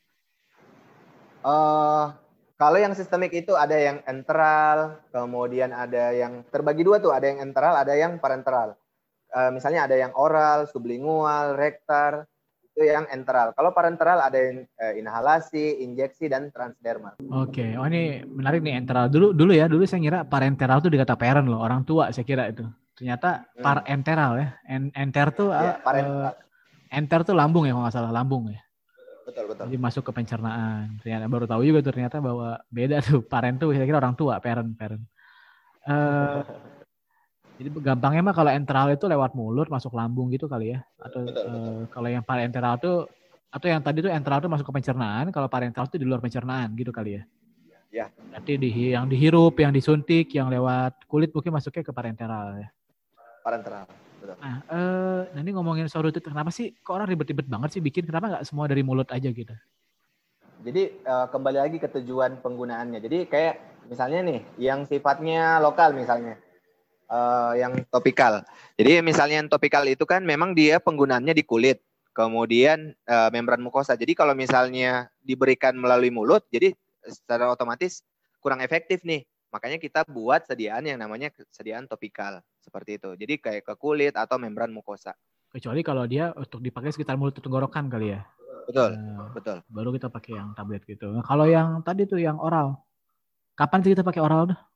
Uh, kalau yang sistemik itu ada yang enteral, kemudian ada yang terbagi dua tuh, ada yang enteral, ada yang parenteral. Uh, misalnya ada yang oral, sublingual, rektal, itu yang enteral. Kalau parenteral ada yang uh, inhalasi, injeksi, dan transdermal. Oke, okay. Oh ini menarik nih enteral. Dulu dulu ya, dulu saya kira parenteral itu dikata parent loh, orang tua saya kira itu. Ternyata hmm. parenteral ya. En enter tuh ya, uh, enter tuh lambung ya kalau nggak salah, lambung ya. Betul, betul. Jadi masuk ke pencernaan. Ternyata baru tahu juga tuh ternyata bahwa beda tuh. Parent tuh saya kira orang tua, parent, parent. Uh, Jadi gampangnya mah kalau enteral itu lewat mulut masuk lambung gitu kali ya. Atau betul, betul. Uh, kalau yang parenteral tuh atau yang tadi tuh enteral tuh masuk ke pencernaan, kalau parenteral tuh di luar pencernaan gitu kali ya. Ya. Nanti di yang dihirup, yang disuntik, yang lewat kulit mungkin masuknya ke parenteral ya. Parenteral. Betul. Nah, uh, nanti ngomongin soal itu kenapa sih kok orang ribet-ribet banget sih bikin, kenapa nggak semua dari mulut aja gitu? Jadi uh, kembali lagi ke tujuan penggunaannya. Jadi kayak misalnya nih yang sifatnya lokal misalnya. Uh, yang topikal. Jadi misalnya yang topikal itu kan memang dia penggunaannya di kulit, kemudian uh, membran mukosa. Jadi kalau misalnya diberikan melalui mulut, jadi secara otomatis kurang efektif nih. Makanya kita buat sediaan yang namanya sediaan topikal seperti itu. Jadi kayak ke kulit atau membran mukosa. Kecuali kalau dia untuk dipakai sekitar mulut tenggorokan kali ya. Betul, nah, betul. Baru kita pakai yang tablet gitu. Nah, kalau yang tadi tuh yang oral, kapan sih kita pakai oral tuh?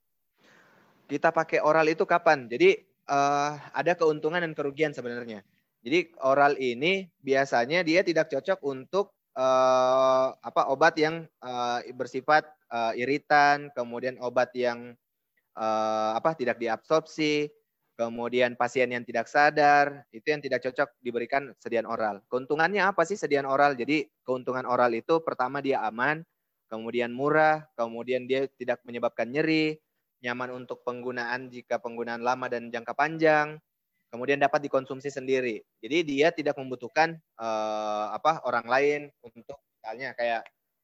Kita pakai oral itu kapan? Jadi uh, ada keuntungan dan kerugian sebenarnya. Jadi oral ini biasanya dia tidak cocok untuk uh, apa obat yang uh, bersifat uh, iritan, kemudian obat yang uh, apa tidak diabsorpsi, kemudian pasien yang tidak sadar, itu yang tidak cocok diberikan sediaan oral. Keuntungannya apa sih sediaan oral? Jadi keuntungan oral itu pertama dia aman, kemudian murah, kemudian dia tidak menyebabkan nyeri, nyaman untuk penggunaan jika penggunaan lama dan jangka panjang, kemudian dapat dikonsumsi sendiri. Jadi dia tidak membutuhkan uh, apa orang lain untuk misalnya kayak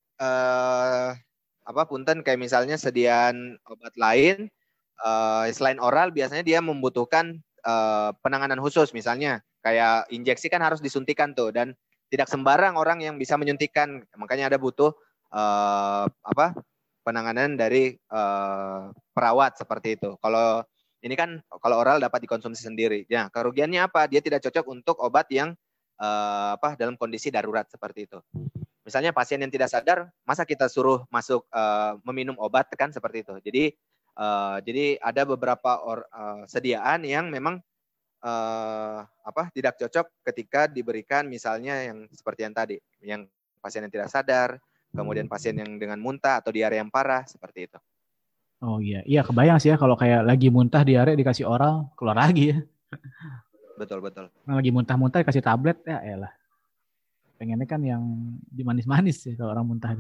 uh, apa punten kayak misalnya sediaan obat lain uh, selain oral biasanya dia membutuhkan uh, penanganan khusus, misalnya kayak injeksi kan harus disuntikan tuh dan tidak sembarang orang yang bisa menyuntikkan, makanya ada butuh uh, apa penanganan dari uh, perawat seperti itu. Kalau ini kan kalau oral dapat dikonsumsi sendiri. Ya, kerugiannya apa? Dia tidak cocok untuk obat yang uh, apa dalam kondisi darurat seperti itu. Misalnya pasien yang tidak sadar, masa kita suruh masuk uh, meminum obat kan seperti itu. Jadi uh, jadi ada beberapa or, uh, sediaan yang memang uh, apa tidak cocok ketika diberikan misalnya yang seperti yang tadi, yang pasien yang tidak sadar, kemudian pasien yang dengan muntah atau diare yang parah seperti itu. Oh iya, iya kebayang sih ya kalau kayak lagi muntah diare dikasih oral keluar lagi ya. Betul betul. Nah, lagi muntah-muntah dikasih tablet ya elah. Pengennya kan yang dimanis-manis sih kalau orang muntah.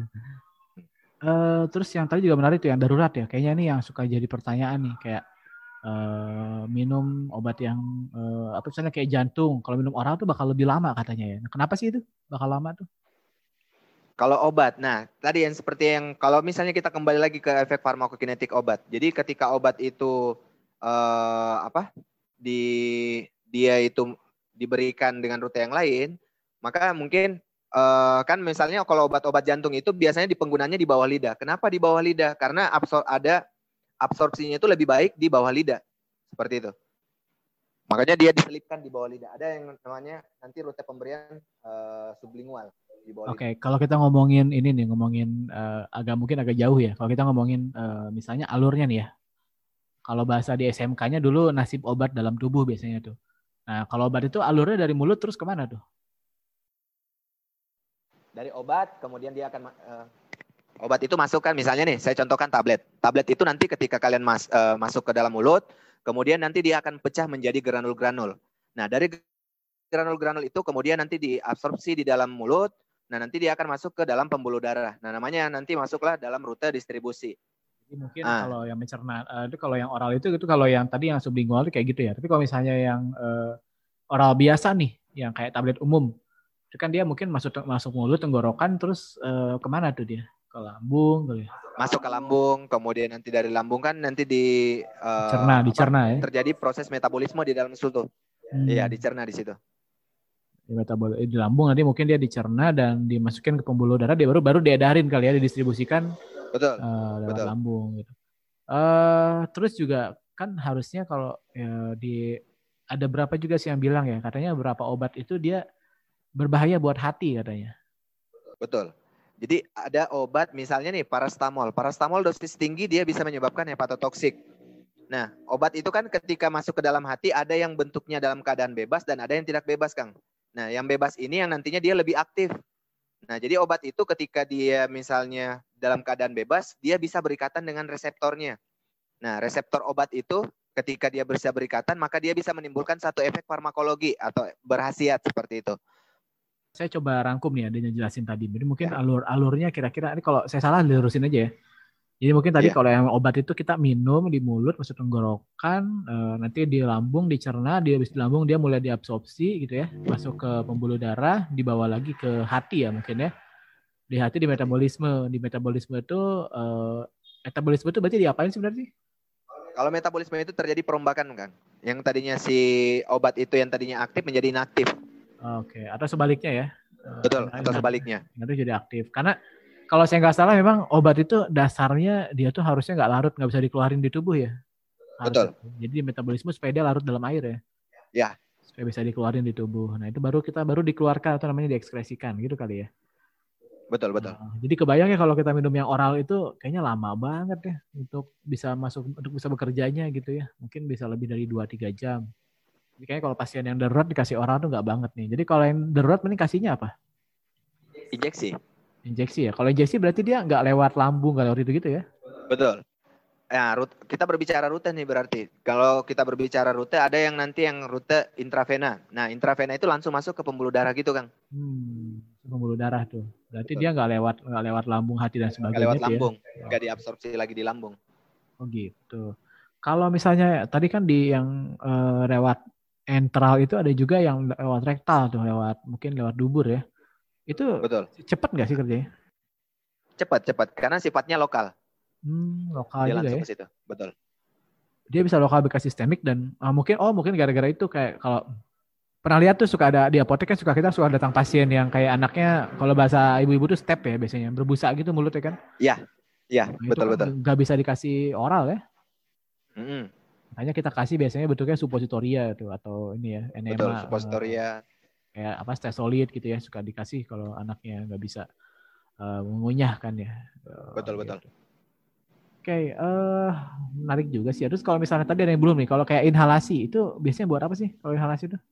Uh, terus yang tadi juga menarik tuh yang darurat ya. Kayaknya ini yang suka jadi pertanyaan nih kayak uh, minum obat yang uh, apa misalnya kayak jantung. Kalau minum oral tuh bakal lebih lama katanya ya. Nah, kenapa sih itu bakal lama tuh? Kalau obat, nah tadi yang seperti yang kalau misalnya kita kembali lagi ke efek farmakokinetik obat. Jadi ketika obat itu uh, apa di dia itu diberikan dengan rute yang lain, maka mungkin uh, kan misalnya kalau obat-obat jantung itu biasanya di penggunaannya di bawah lidah. Kenapa di bawah lidah? Karena absor ada absorpsinya itu lebih baik di bawah lidah. Seperti itu. Makanya dia diselipkan di bawah lidah. Ada yang namanya nanti rute pemberian uh, sublingual di bawah Oke, lidah. kalau kita ngomongin ini nih, ngomongin uh, agak mungkin agak jauh ya. Kalau kita ngomongin uh, misalnya alurnya nih ya. Kalau bahasa di S M K-nya dulu nasib obat dalam tubuh biasanya tuh. Nah, kalau obat itu alurnya dari mulut terus kemana tuh? Dari obat, kemudian dia akan uh, obat itu masuk kan, misalnya nih, saya contohkan tablet. Tablet itu nanti ketika kalian mas, uh, masuk ke dalam mulut, kemudian nanti dia akan pecah menjadi granul-granul. Nah, dari granul-granul itu kemudian nanti diabsorpsi di dalam mulut. Nah, nanti dia akan masuk ke dalam pembuluh darah. Nah, namanya nanti masuklah dalam rute distribusi. Jadi mungkin ah. kalau yang mencerna, uh, itu kalau yang oral itu, itu kalau yang tadi yang sublingual itu kayak gitu ya. Tapi kalau misalnya yang uh, oral biasa nih, yang kayak tablet umum, itu kan dia mungkin masuk masuk mulut, tenggorokan, terus uh, kemana tuh dia? Ke lambung, kali. Masuk ke lambung, kemudian nanti dari lambung kan nanti di uh, dicerna, dicerna ya. Terjadi proses metabolisme di dalam suatu. Hmm. Iya, dicerna di situ. Di metabol di lambung nanti mungkin dia dicerna dan dimasukin ke pembuluh darah, dia baru baru diedarin kali ya, didistribusikan. Betul. Uh, lewat betul. lambung gitu. Uh, terus juga kan harusnya kalau ya, di ada berapa juga sih yang bilang ya, katanya beberapa obat itu dia berbahaya buat hati katanya. Betul. Jadi ada obat misalnya nih parastamol. Parastamol dosis tinggi dia bisa menyebabkan hepatotoksik. Nah, obat itu kan ketika masuk ke dalam hati ada yang bentuknya dalam keadaan bebas dan ada yang tidak bebas, Kang. Nah, yang bebas ini yang nantinya dia lebih aktif. Nah, jadi obat itu ketika dia misalnya dalam keadaan bebas, dia bisa berikatan dengan reseptornya. Nah, reseptor obat itu ketika dia bisa berikatan, maka dia bisa menimbulkan satu efek farmakologi atau berkhasiat seperti itu. Saya coba rangkum nih, adanya jelasin tadi. Jadi mungkin ya. alur-alurnya kira-kira, ini kalau saya salah dilurusin aja ya. Jadi mungkin tadi ya. Kalau yang obat itu kita minum di mulut, masuk tenggorokan, e, nanti di lambung dicerna, di habis di lambung dia mulai diabsorpsi gitu ya, masuk ke pembuluh darah, dibawa lagi ke hati ya mungkin ya. Di hati di metabolisme, di metabolisme itu e, metabolisme itu berarti diapain sebenarnya? Kalau metabolisme itu terjadi perombakan, Kang. Yang tadinya si obat itu yang tadinya aktif menjadi inaktif. Oke, atau sebaliknya ya? Betul, atau sebaliknya. Itu jadi aktif. Karena kalau saya nggak salah memang obat itu dasarnya dia tuh harusnya nggak larut, nggak bisa dikeluarin di tubuh ya. Harusnya. Betul. Jadi metabolisme supaya dia larut dalam air ya. Ya. Supaya bisa dikeluarin di tubuh. Nah itu baru kita baru dikeluarkan atau namanya diekskresikan gitu kali ya. Betul, betul. Nah, jadi kebayang ya kalau kita minum yang oral itu kayaknya lama banget ya untuk bisa masuk, untuk bisa bekerjanya gitu ya. Mungkin bisa lebih dari dua tiga jam. Jadi kayaknya kalau pasien yang darurat dikasih oral tuh nggak banget nih. Jadi kalau yang darurat mending kasihnya apa? Injeksi. Injeksi ya. Kalau injeksi berarti dia nggak lewat lambung, nggak lewat itu gitu ya? Betul. Ya, rute, kita berbicara rute nih berarti. Kalau kita berbicara rute, ada yang nanti yang rute intravena. Nah, intravena itu langsung masuk ke pembuluh darah gitu, Kang. Hmm, pembuluh darah tuh. Berarti Betul. Dia nggak lewat nggak lewat lambung, hati dan sebagainya. Nggak lewat lambung, ya? Nggak diabsorpsi lagi di lambung. Oh gitu. Kalau misalnya tadi kan di yang uh, lewat entral itu ada juga yang lewat rektal tuh, lewat mungkin lewat dubur ya. Itu Betul. Cepat nggak sih kerjanya? Cepat, cepat. Karena sifatnya lokal. Hmm, lokal dia juga langsung ya? Ke situ. Betul. Dia bisa lokal bekas sistemik dan uh, mungkin oh mungkin gara-gara itu kayak kalau pernah lihat tuh suka ada di apotek kan suka kita suka datang pasien yang kayak anaknya kalau bahasa ibu-ibu tuh step ya biasanya berbusa gitu mulutnya kan? Iya, iya nah, betul kan betul. Gak bisa dikasih oral ya? Mm-hmm. Makanya kita kasih biasanya bentuknya suppositoria tuh atau ini ya enema. Betul, suppositoria. Uh, kayak apa stesolid gitu ya suka dikasih kalau anaknya nggak bisa uh, mengunyah kan ya. Uh, betul gitu. betul. Oke, okay, uh, menarik juga sih. Terus kalau misalnya tadi ada yang belum nih, kalau kayak inhalasi itu biasanya buat apa sih kalau inhalasi itu?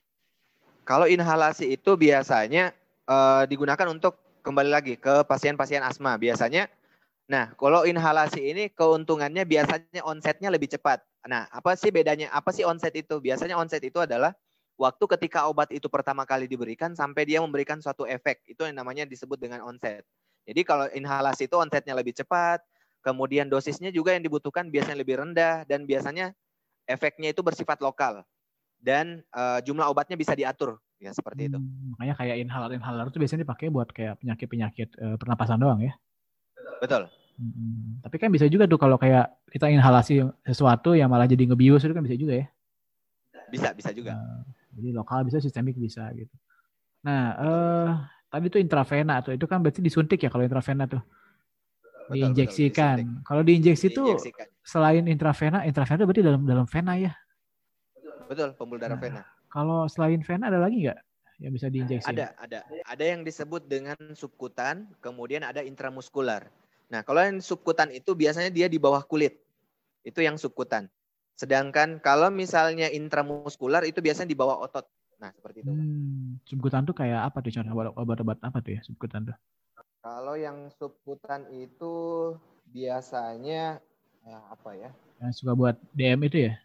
Kalau inhalasi itu biasanya uh, digunakan untuk kembali lagi ke pasien-pasien asma. Biasanya, nah kalau inhalasi ini keuntungannya biasanya onsetnya lebih cepat. Nah, apa sih bedanya? Apa sih onset itu? Biasanya onset itu adalah waktu ketika obat itu pertama kali diberikan sampai dia memberikan suatu efek. Itu yang namanya disebut dengan onset. Jadi kalau inhalasi itu onsetnya lebih cepat. Kemudian dosisnya juga yang dibutuhkan biasanya lebih rendah dan biasanya efeknya itu bersifat lokal dan uh, jumlah obatnya bisa diatur ya seperti itu. Hmm, makanya kayak inhaler-inhaler itu biasanya dipakai buat kayak penyakit-penyakit uh, pernapasan doang ya. Betul. Hmm, tapi kan bisa juga tuh kalau kayak kita inhalasi sesuatu yang malah jadi ngebius itu kan bisa juga ya. Bisa, bisa juga. Nah, jadi lokal bisa, sistemik bisa gitu. Nah, uh, tadi tuh intravena tuh itu kan berarti disuntik ya kalau intravena tuh. Diinjeksikan. Kalau diinjeksi itu selain intravena, intravena itu berarti dalam dalam vena ya? Betul, pembuluh darah Nah, vena. kalau selain vena ada lagi nggak yang bisa diinjeksi? Ada, ada. Ada yang disebut dengan subkutan, kemudian ada intramuskular. Nah, kalau yang subkutan itu biasanya dia di bawah kulit. Itu yang subkutan. Sedangkan kalau misalnya intramuskular itu biasanya di bawah otot. Nah, seperti itu. Hmm, subkutan tuh kayak apa tuh contoh obat-obat apa tuh ya subkutan tuh? Kalau yang subkutan itu biasanya ya apa ya? Yang suka buat D M itu ya?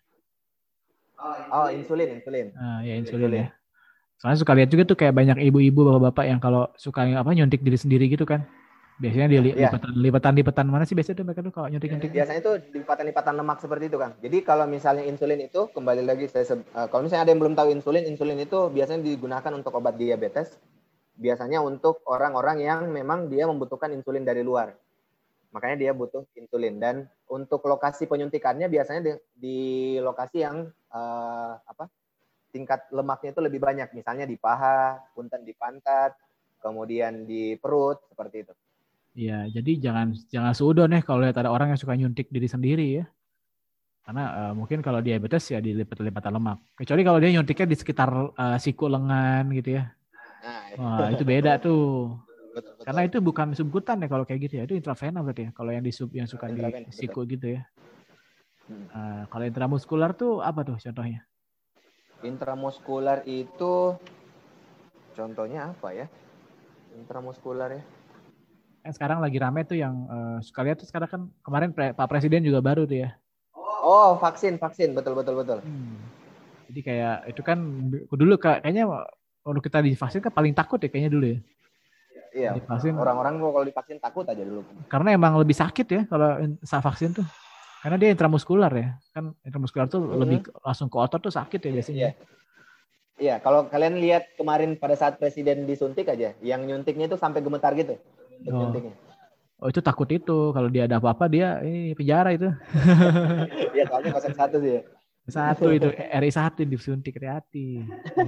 Oh, insulin, insulin. Ah, ya insulin Insulin. ya. Soalnya suka lihat juga tuh kayak banyak ibu-ibu bapak-bapak yang kalau suka apa nyuntik diri sendiri gitu kan. Biasanya dia li- Iya. lipatan lipatan lipatan mana sih biasanya tuh mereka tuh kalau nyuntik-nyuntik? Biasanya itu lipatan-lipatan lemak seperti itu, Kang. Jadi kalau misalnya insulin itu kembali lagi saya se- uh, kalau misalnya ada yang belum tahu insulin, insulin itu biasanya digunakan untuk obat diabetes. Biasanya untuk orang-orang yang memang dia membutuhkan insulin dari luar. Makanya dia butuh insulin. Dan untuk lokasi penyuntikannya biasanya di, di lokasi yang uh, apa? tingkat lemaknya itu lebih banyak. Misalnya di paha, punten di pantat, kemudian di perut, seperti itu. Iya, jadi jangan jangan suudon ya kalau lihat ada orang yang suka nyuntik diri sendiri ya. Karena uh, mungkin kalau diabetes ya di lipatan lemak. Kecuali kalau dia nyuntiknya di sekitar uh, siku lengan gitu ya. Nah, Wah, itu beda tuh. betul, betul. Karena itu bukan subkutan ya kalau kayak gitu ya. Itu intravena berarti ya. Kalau yang di sub yang suka Intravena, di siku betul. gitu ya. Hmm. Uh, kalau intramuskular tuh apa tuh contohnya? Intramuskular itu contohnya apa ya? Intramuskular ya. Kan sekarang lagi rame tuh yang uh, suka lihat tuh sekarang kan kemarin pre, Pak Presiden juga baru tuh ya. Oh, vaksin, vaksin, betul, betul, betul. Hmm. Jadi kayak itu kan dulu kayaknya waktu kita divaksin kan paling takut ya kayaknya dulu ya. Iya. Divaksin. Orang-orang mau kalau divaksin takut aja dulu. Karena emang lebih sakit ya kalau saat vaksin tuh. Karena dia intramuskular ya. Kan intramuskular tuh mm-hmm. lebih langsung ke otot tuh sakit ya biasanya. Iya. Iya, kalau kalian lihat kemarin pada saat presiden disuntik aja, yang nyuntiknya itu sampai gemetar gitu. Oh. Nyuntiknya. Oh, itu takut itu. Kalau dia ada apa-apa dia ini penjara itu. Iya, soalnya nol satu sih ya. Satu itu R I satu disuntik hati-hati.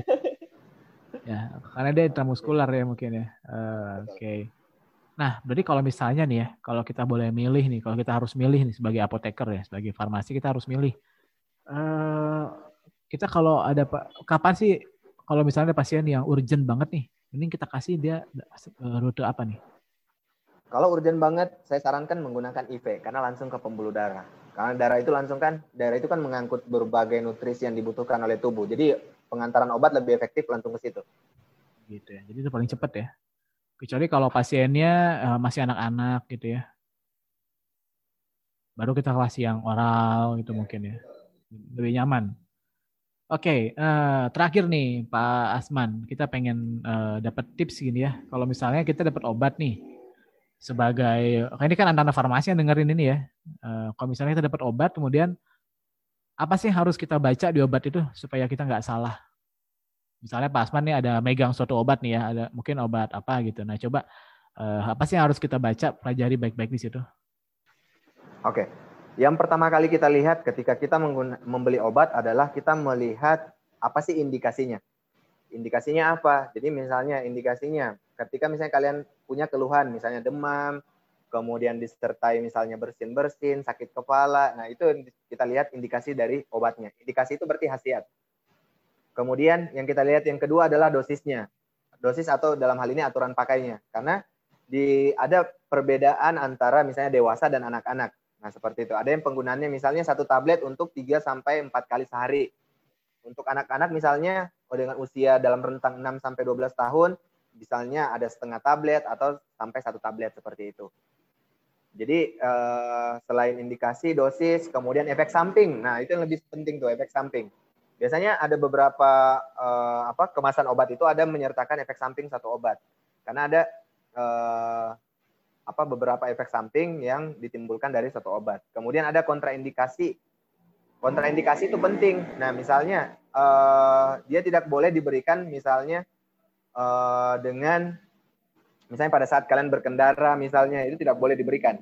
Ya, karena dia intramuskular ya mungkin ya. Uh, Oke. Okay. Nah, berarti kalau misalnya nih ya, kalau kita boleh milih nih, kalau kita harus milih nih sebagai apoteker ya, sebagai farmasi kita harus milih. Uh, kita kalau ada kapan sih kalau misalnya ada pasien yang urgent banget nih, ini kita kasih dia rute apa nih? Kalau urgent banget, saya sarankan menggunakan I V karena langsung ke pembuluh darah. Karena darah itu langsung kan, darah itu kan mengangkut berbagai nutrisi yang dibutuhkan oleh tubuh. Jadi pengantaran obat lebih efektif langsung ke situ. Gitu ya. Jadi itu paling cepat ya. Kecuali kalau pasiennya uh, masih anak-anak gitu ya. Baru kita kasih yang oral gitu mungkin ya. Lebih nyaman. Oke, okay, uh, terakhir nih Pak Asman, kita pengen uh, dapat tips gini ya. Kalau misalnya kita dapat obat nih, sebagai, ini kan anak-anak farmasi yang dengerin ini ya. Uh, kalau misalnya kita dapat obat, kemudian apa sih yang harus kita baca di obat itu supaya kita nggak salah? Misalnya Pak Asman nih ada megang suatu obat nih ya, ada mungkin obat apa gitu. Nah coba uh, apa sih yang harus kita baca, pelajari baik-baik di situ? Oke. Okay. Yang pertama kali kita lihat ketika kita membeli obat adalah kita melihat apa sih indikasinya. Indikasinya apa? Jadi misalnya indikasinya ketika misalnya kalian punya keluhan, misalnya demam, kemudian disertai misalnya bersin-bersin, sakit kepala. Nah itu kita lihat indikasi dari obatnya. Indikasi itu berarti khasiat. Kemudian yang kita lihat yang kedua adalah dosisnya. Dosis atau dalam hal ini aturan pakainya. Karena di, ada perbedaan antara misalnya dewasa dan anak-anak. Nah, seperti itu. Ada yang penggunaannya misalnya satu tablet untuk tiga sampai empat kali sehari. Untuk anak-anak misalnya oh dengan usia dalam rentang enam sampai dua belas tahun, misalnya ada setengah tablet atau sampai satu tablet seperti itu. Jadi eh, selain indikasi, dosis, kemudian efek samping. Nah, itu yang lebih penting tuh, efek samping. Biasanya ada beberapa eh, apa kemasan obat itu ada menyertakan efek samping satu obat. Karena ada eh, apa beberapa efek samping yang ditimbulkan dari satu obat. Kemudian ada kontraindikasi. Kontraindikasi itu penting. Nah, misalnya uh, dia tidak boleh diberikan misalnya uh, dengan misalnya pada saat kalian berkendara misalnya itu tidak boleh diberikan.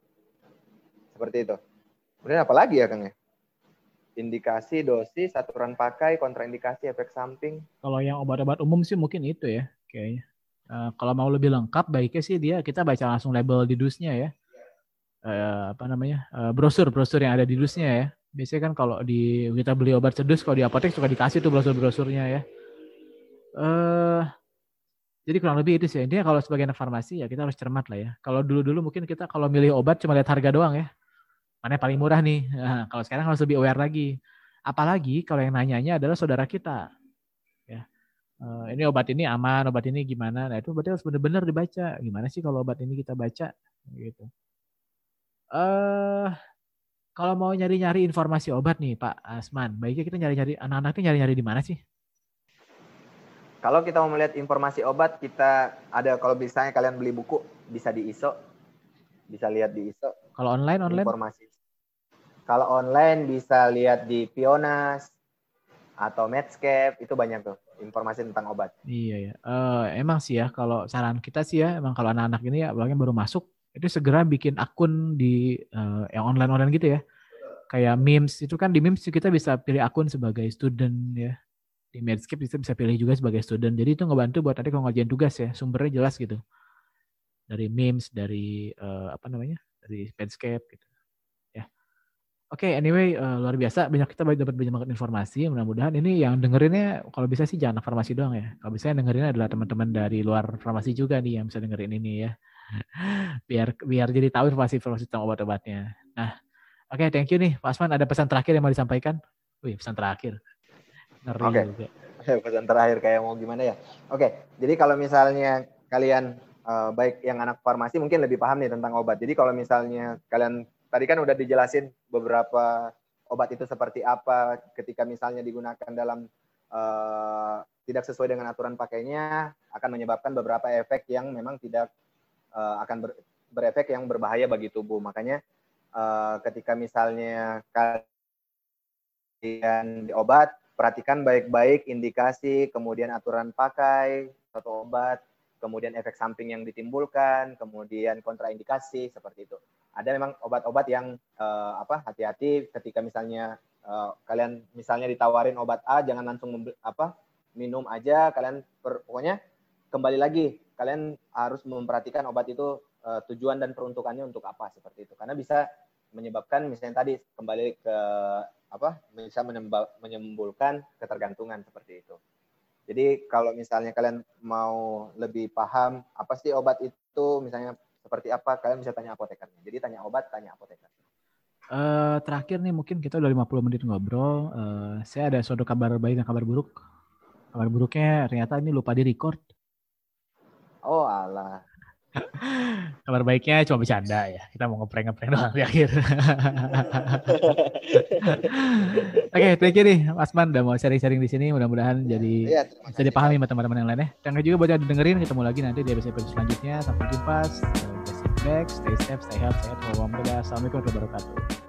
Seperti itu. Kemudian apa lagi ya, Kang ya? Indikasi, dosis, aturan pakai, kontraindikasi, efek samping. Kalau yang obat-obat umum sih mungkin itu ya, kayaknya. Uh, kalau mau lebih lengkap, baiknya sih dia kita baca langsung label di dusnya ya, uh, apa namanya uh, brosur brosur yang ada di dusnya ya. Biasanya kan kalau di kita beli obat sedus, kalau di apotek suka dikasih tuh brosur-brosurnya ya. Eh, jadi kurang lebih itu sih. Intinya kalau sebagai anak farmasi ya kita harus cermat lah ya. Kalau dulu-dulu mungkin kita kalau milih obat cuma lihat harga doang ya. Mana yang paling murah nih. Nah, kalau sekarang harus lebih aware lagi. Apalagi kalau yang nanyanya adalah saudara kita. Ya. Eh, ini obat ini aman, obat ini gimana. Nah itu berarti harus benar-benar dibaca. Gimana sih kalau obat ini kita baca? Gitu. Eh, kalau mau nyari-nyari informasi obat nih Pak Asman, baiknya kita nyari-nyari, anak-anak ini nyari-nyari di mana sih? Kalau kita mau melihat informasi obat, kita ada, kalau misalnya kalian beli buku, bisa di I S O, bisa lihat di I S O. Kalau online, online? Informasi. Kalau online bisa lihat di Pionas atau Medscape, itu banyak tuh informasi tentang obat. Iya ya, uh, emang sih ya kalau saran kita sih ya, emang kalau anak-anak ini ya, apalagi baru masuk, itu segera bikin akun di uh, yang online-online gitu ya. Kayak memes, itu kan di memes kita bisa pilih akun sebagai student ya. Di Medscape kita bisa pilih juga sebagai student. Jadi itu ngebantu buat nanti kalau ngerjain tugas ya, sumbernya jelas gitu. Dari memes, dari uh, apa namanya, dari Medscape gitu. Oke, okay, anyway, uh, luar biasa. Banyak kita dapat banyak banget informasi. Mudah-mudahan ini yang dengerinnya, kalau bisa sih jangan farmasi doang ya. Kalau bisa yang dengerinnya adalah teman-teman dari luar farmasi juga nih yang bisa dengerin ini ya. biar biar jadi tahu informasi-informasi tentang obat-obatnya. Nah, oke, okay, thank you nih, Pak Asman. Ada pesan terakhir yang mau disampaikan? Wih, pesan terakhir. Ngeri Oke, okay. Pesan terakhir kayak mau gimana ya? Oke, okay. Jadi kalau misalnya kalian uh, baik yang anak farmasi mungkin lebih paham nih tentang obat. Jadi kalau misalnya kalian tadi kan udah dijelasin beberapa obat itu seperti apa ketika misalnya digunakan dalam uh, tidak sesuai dengan aturan pakainya akan menyebabkan beberapa efek yang memang tidak uh, akan ber, berefek yang berbahaya bagi tubuh. Makanya uh, ketika misalnya kalian di obat, perhatikan baik-baik indikasi, kemudian aturan pakai suatu obat, kemudian efek samping yang ditimbulkan, kemudian kontraindikasi seperti itu. Ada memang obat-obat yang uh, apa hati-hati ketika misalnya uh, kalian misalnya ditawarin obat A, jangan langsung membeli, apa minum aja. Kalian per, pokoknya kembali lagi kalian harus memperhatikan obat itu uh, tujuan dan peruntukannya untuk apa seperti itu. Karena bisa menyebabkan misalnya tadi kembali ke apa bisa menimbulkan ketergantungan seperti itu. Jadi kalau misalnya kalian mau lebih paham apa sih obat itu, misalnya seperti apa, kalian bisa tanya apotekernya. Jadi tanya obat, tanya apoteker. Uh, terakhir nih mungkin kita udah lima puluh menit ngobrol. Uh, saya ada suatu kabar baik dan kabar buruk. Kabar buruknya ternyata ini lupa di record. Oh alah. Kabar baiknya cuma bercanda ya. Kita mau ngeprank-ngeprank doang di akhir. Oke, okay, thank you nih Mas Man udah mau sharing-sharing di sini. Mudah-mudahan ya, jadi ya, bisa dipahami sama teman-teman yang lain ya. Thank you juga buat yang dengerin. Ketemu lagi nanti di episode selanjutnya. Sampai jumpa. Stay back, stay safe, stay healthy, stay at home. Assalamualaikum warahmatullahi wabarakatuh.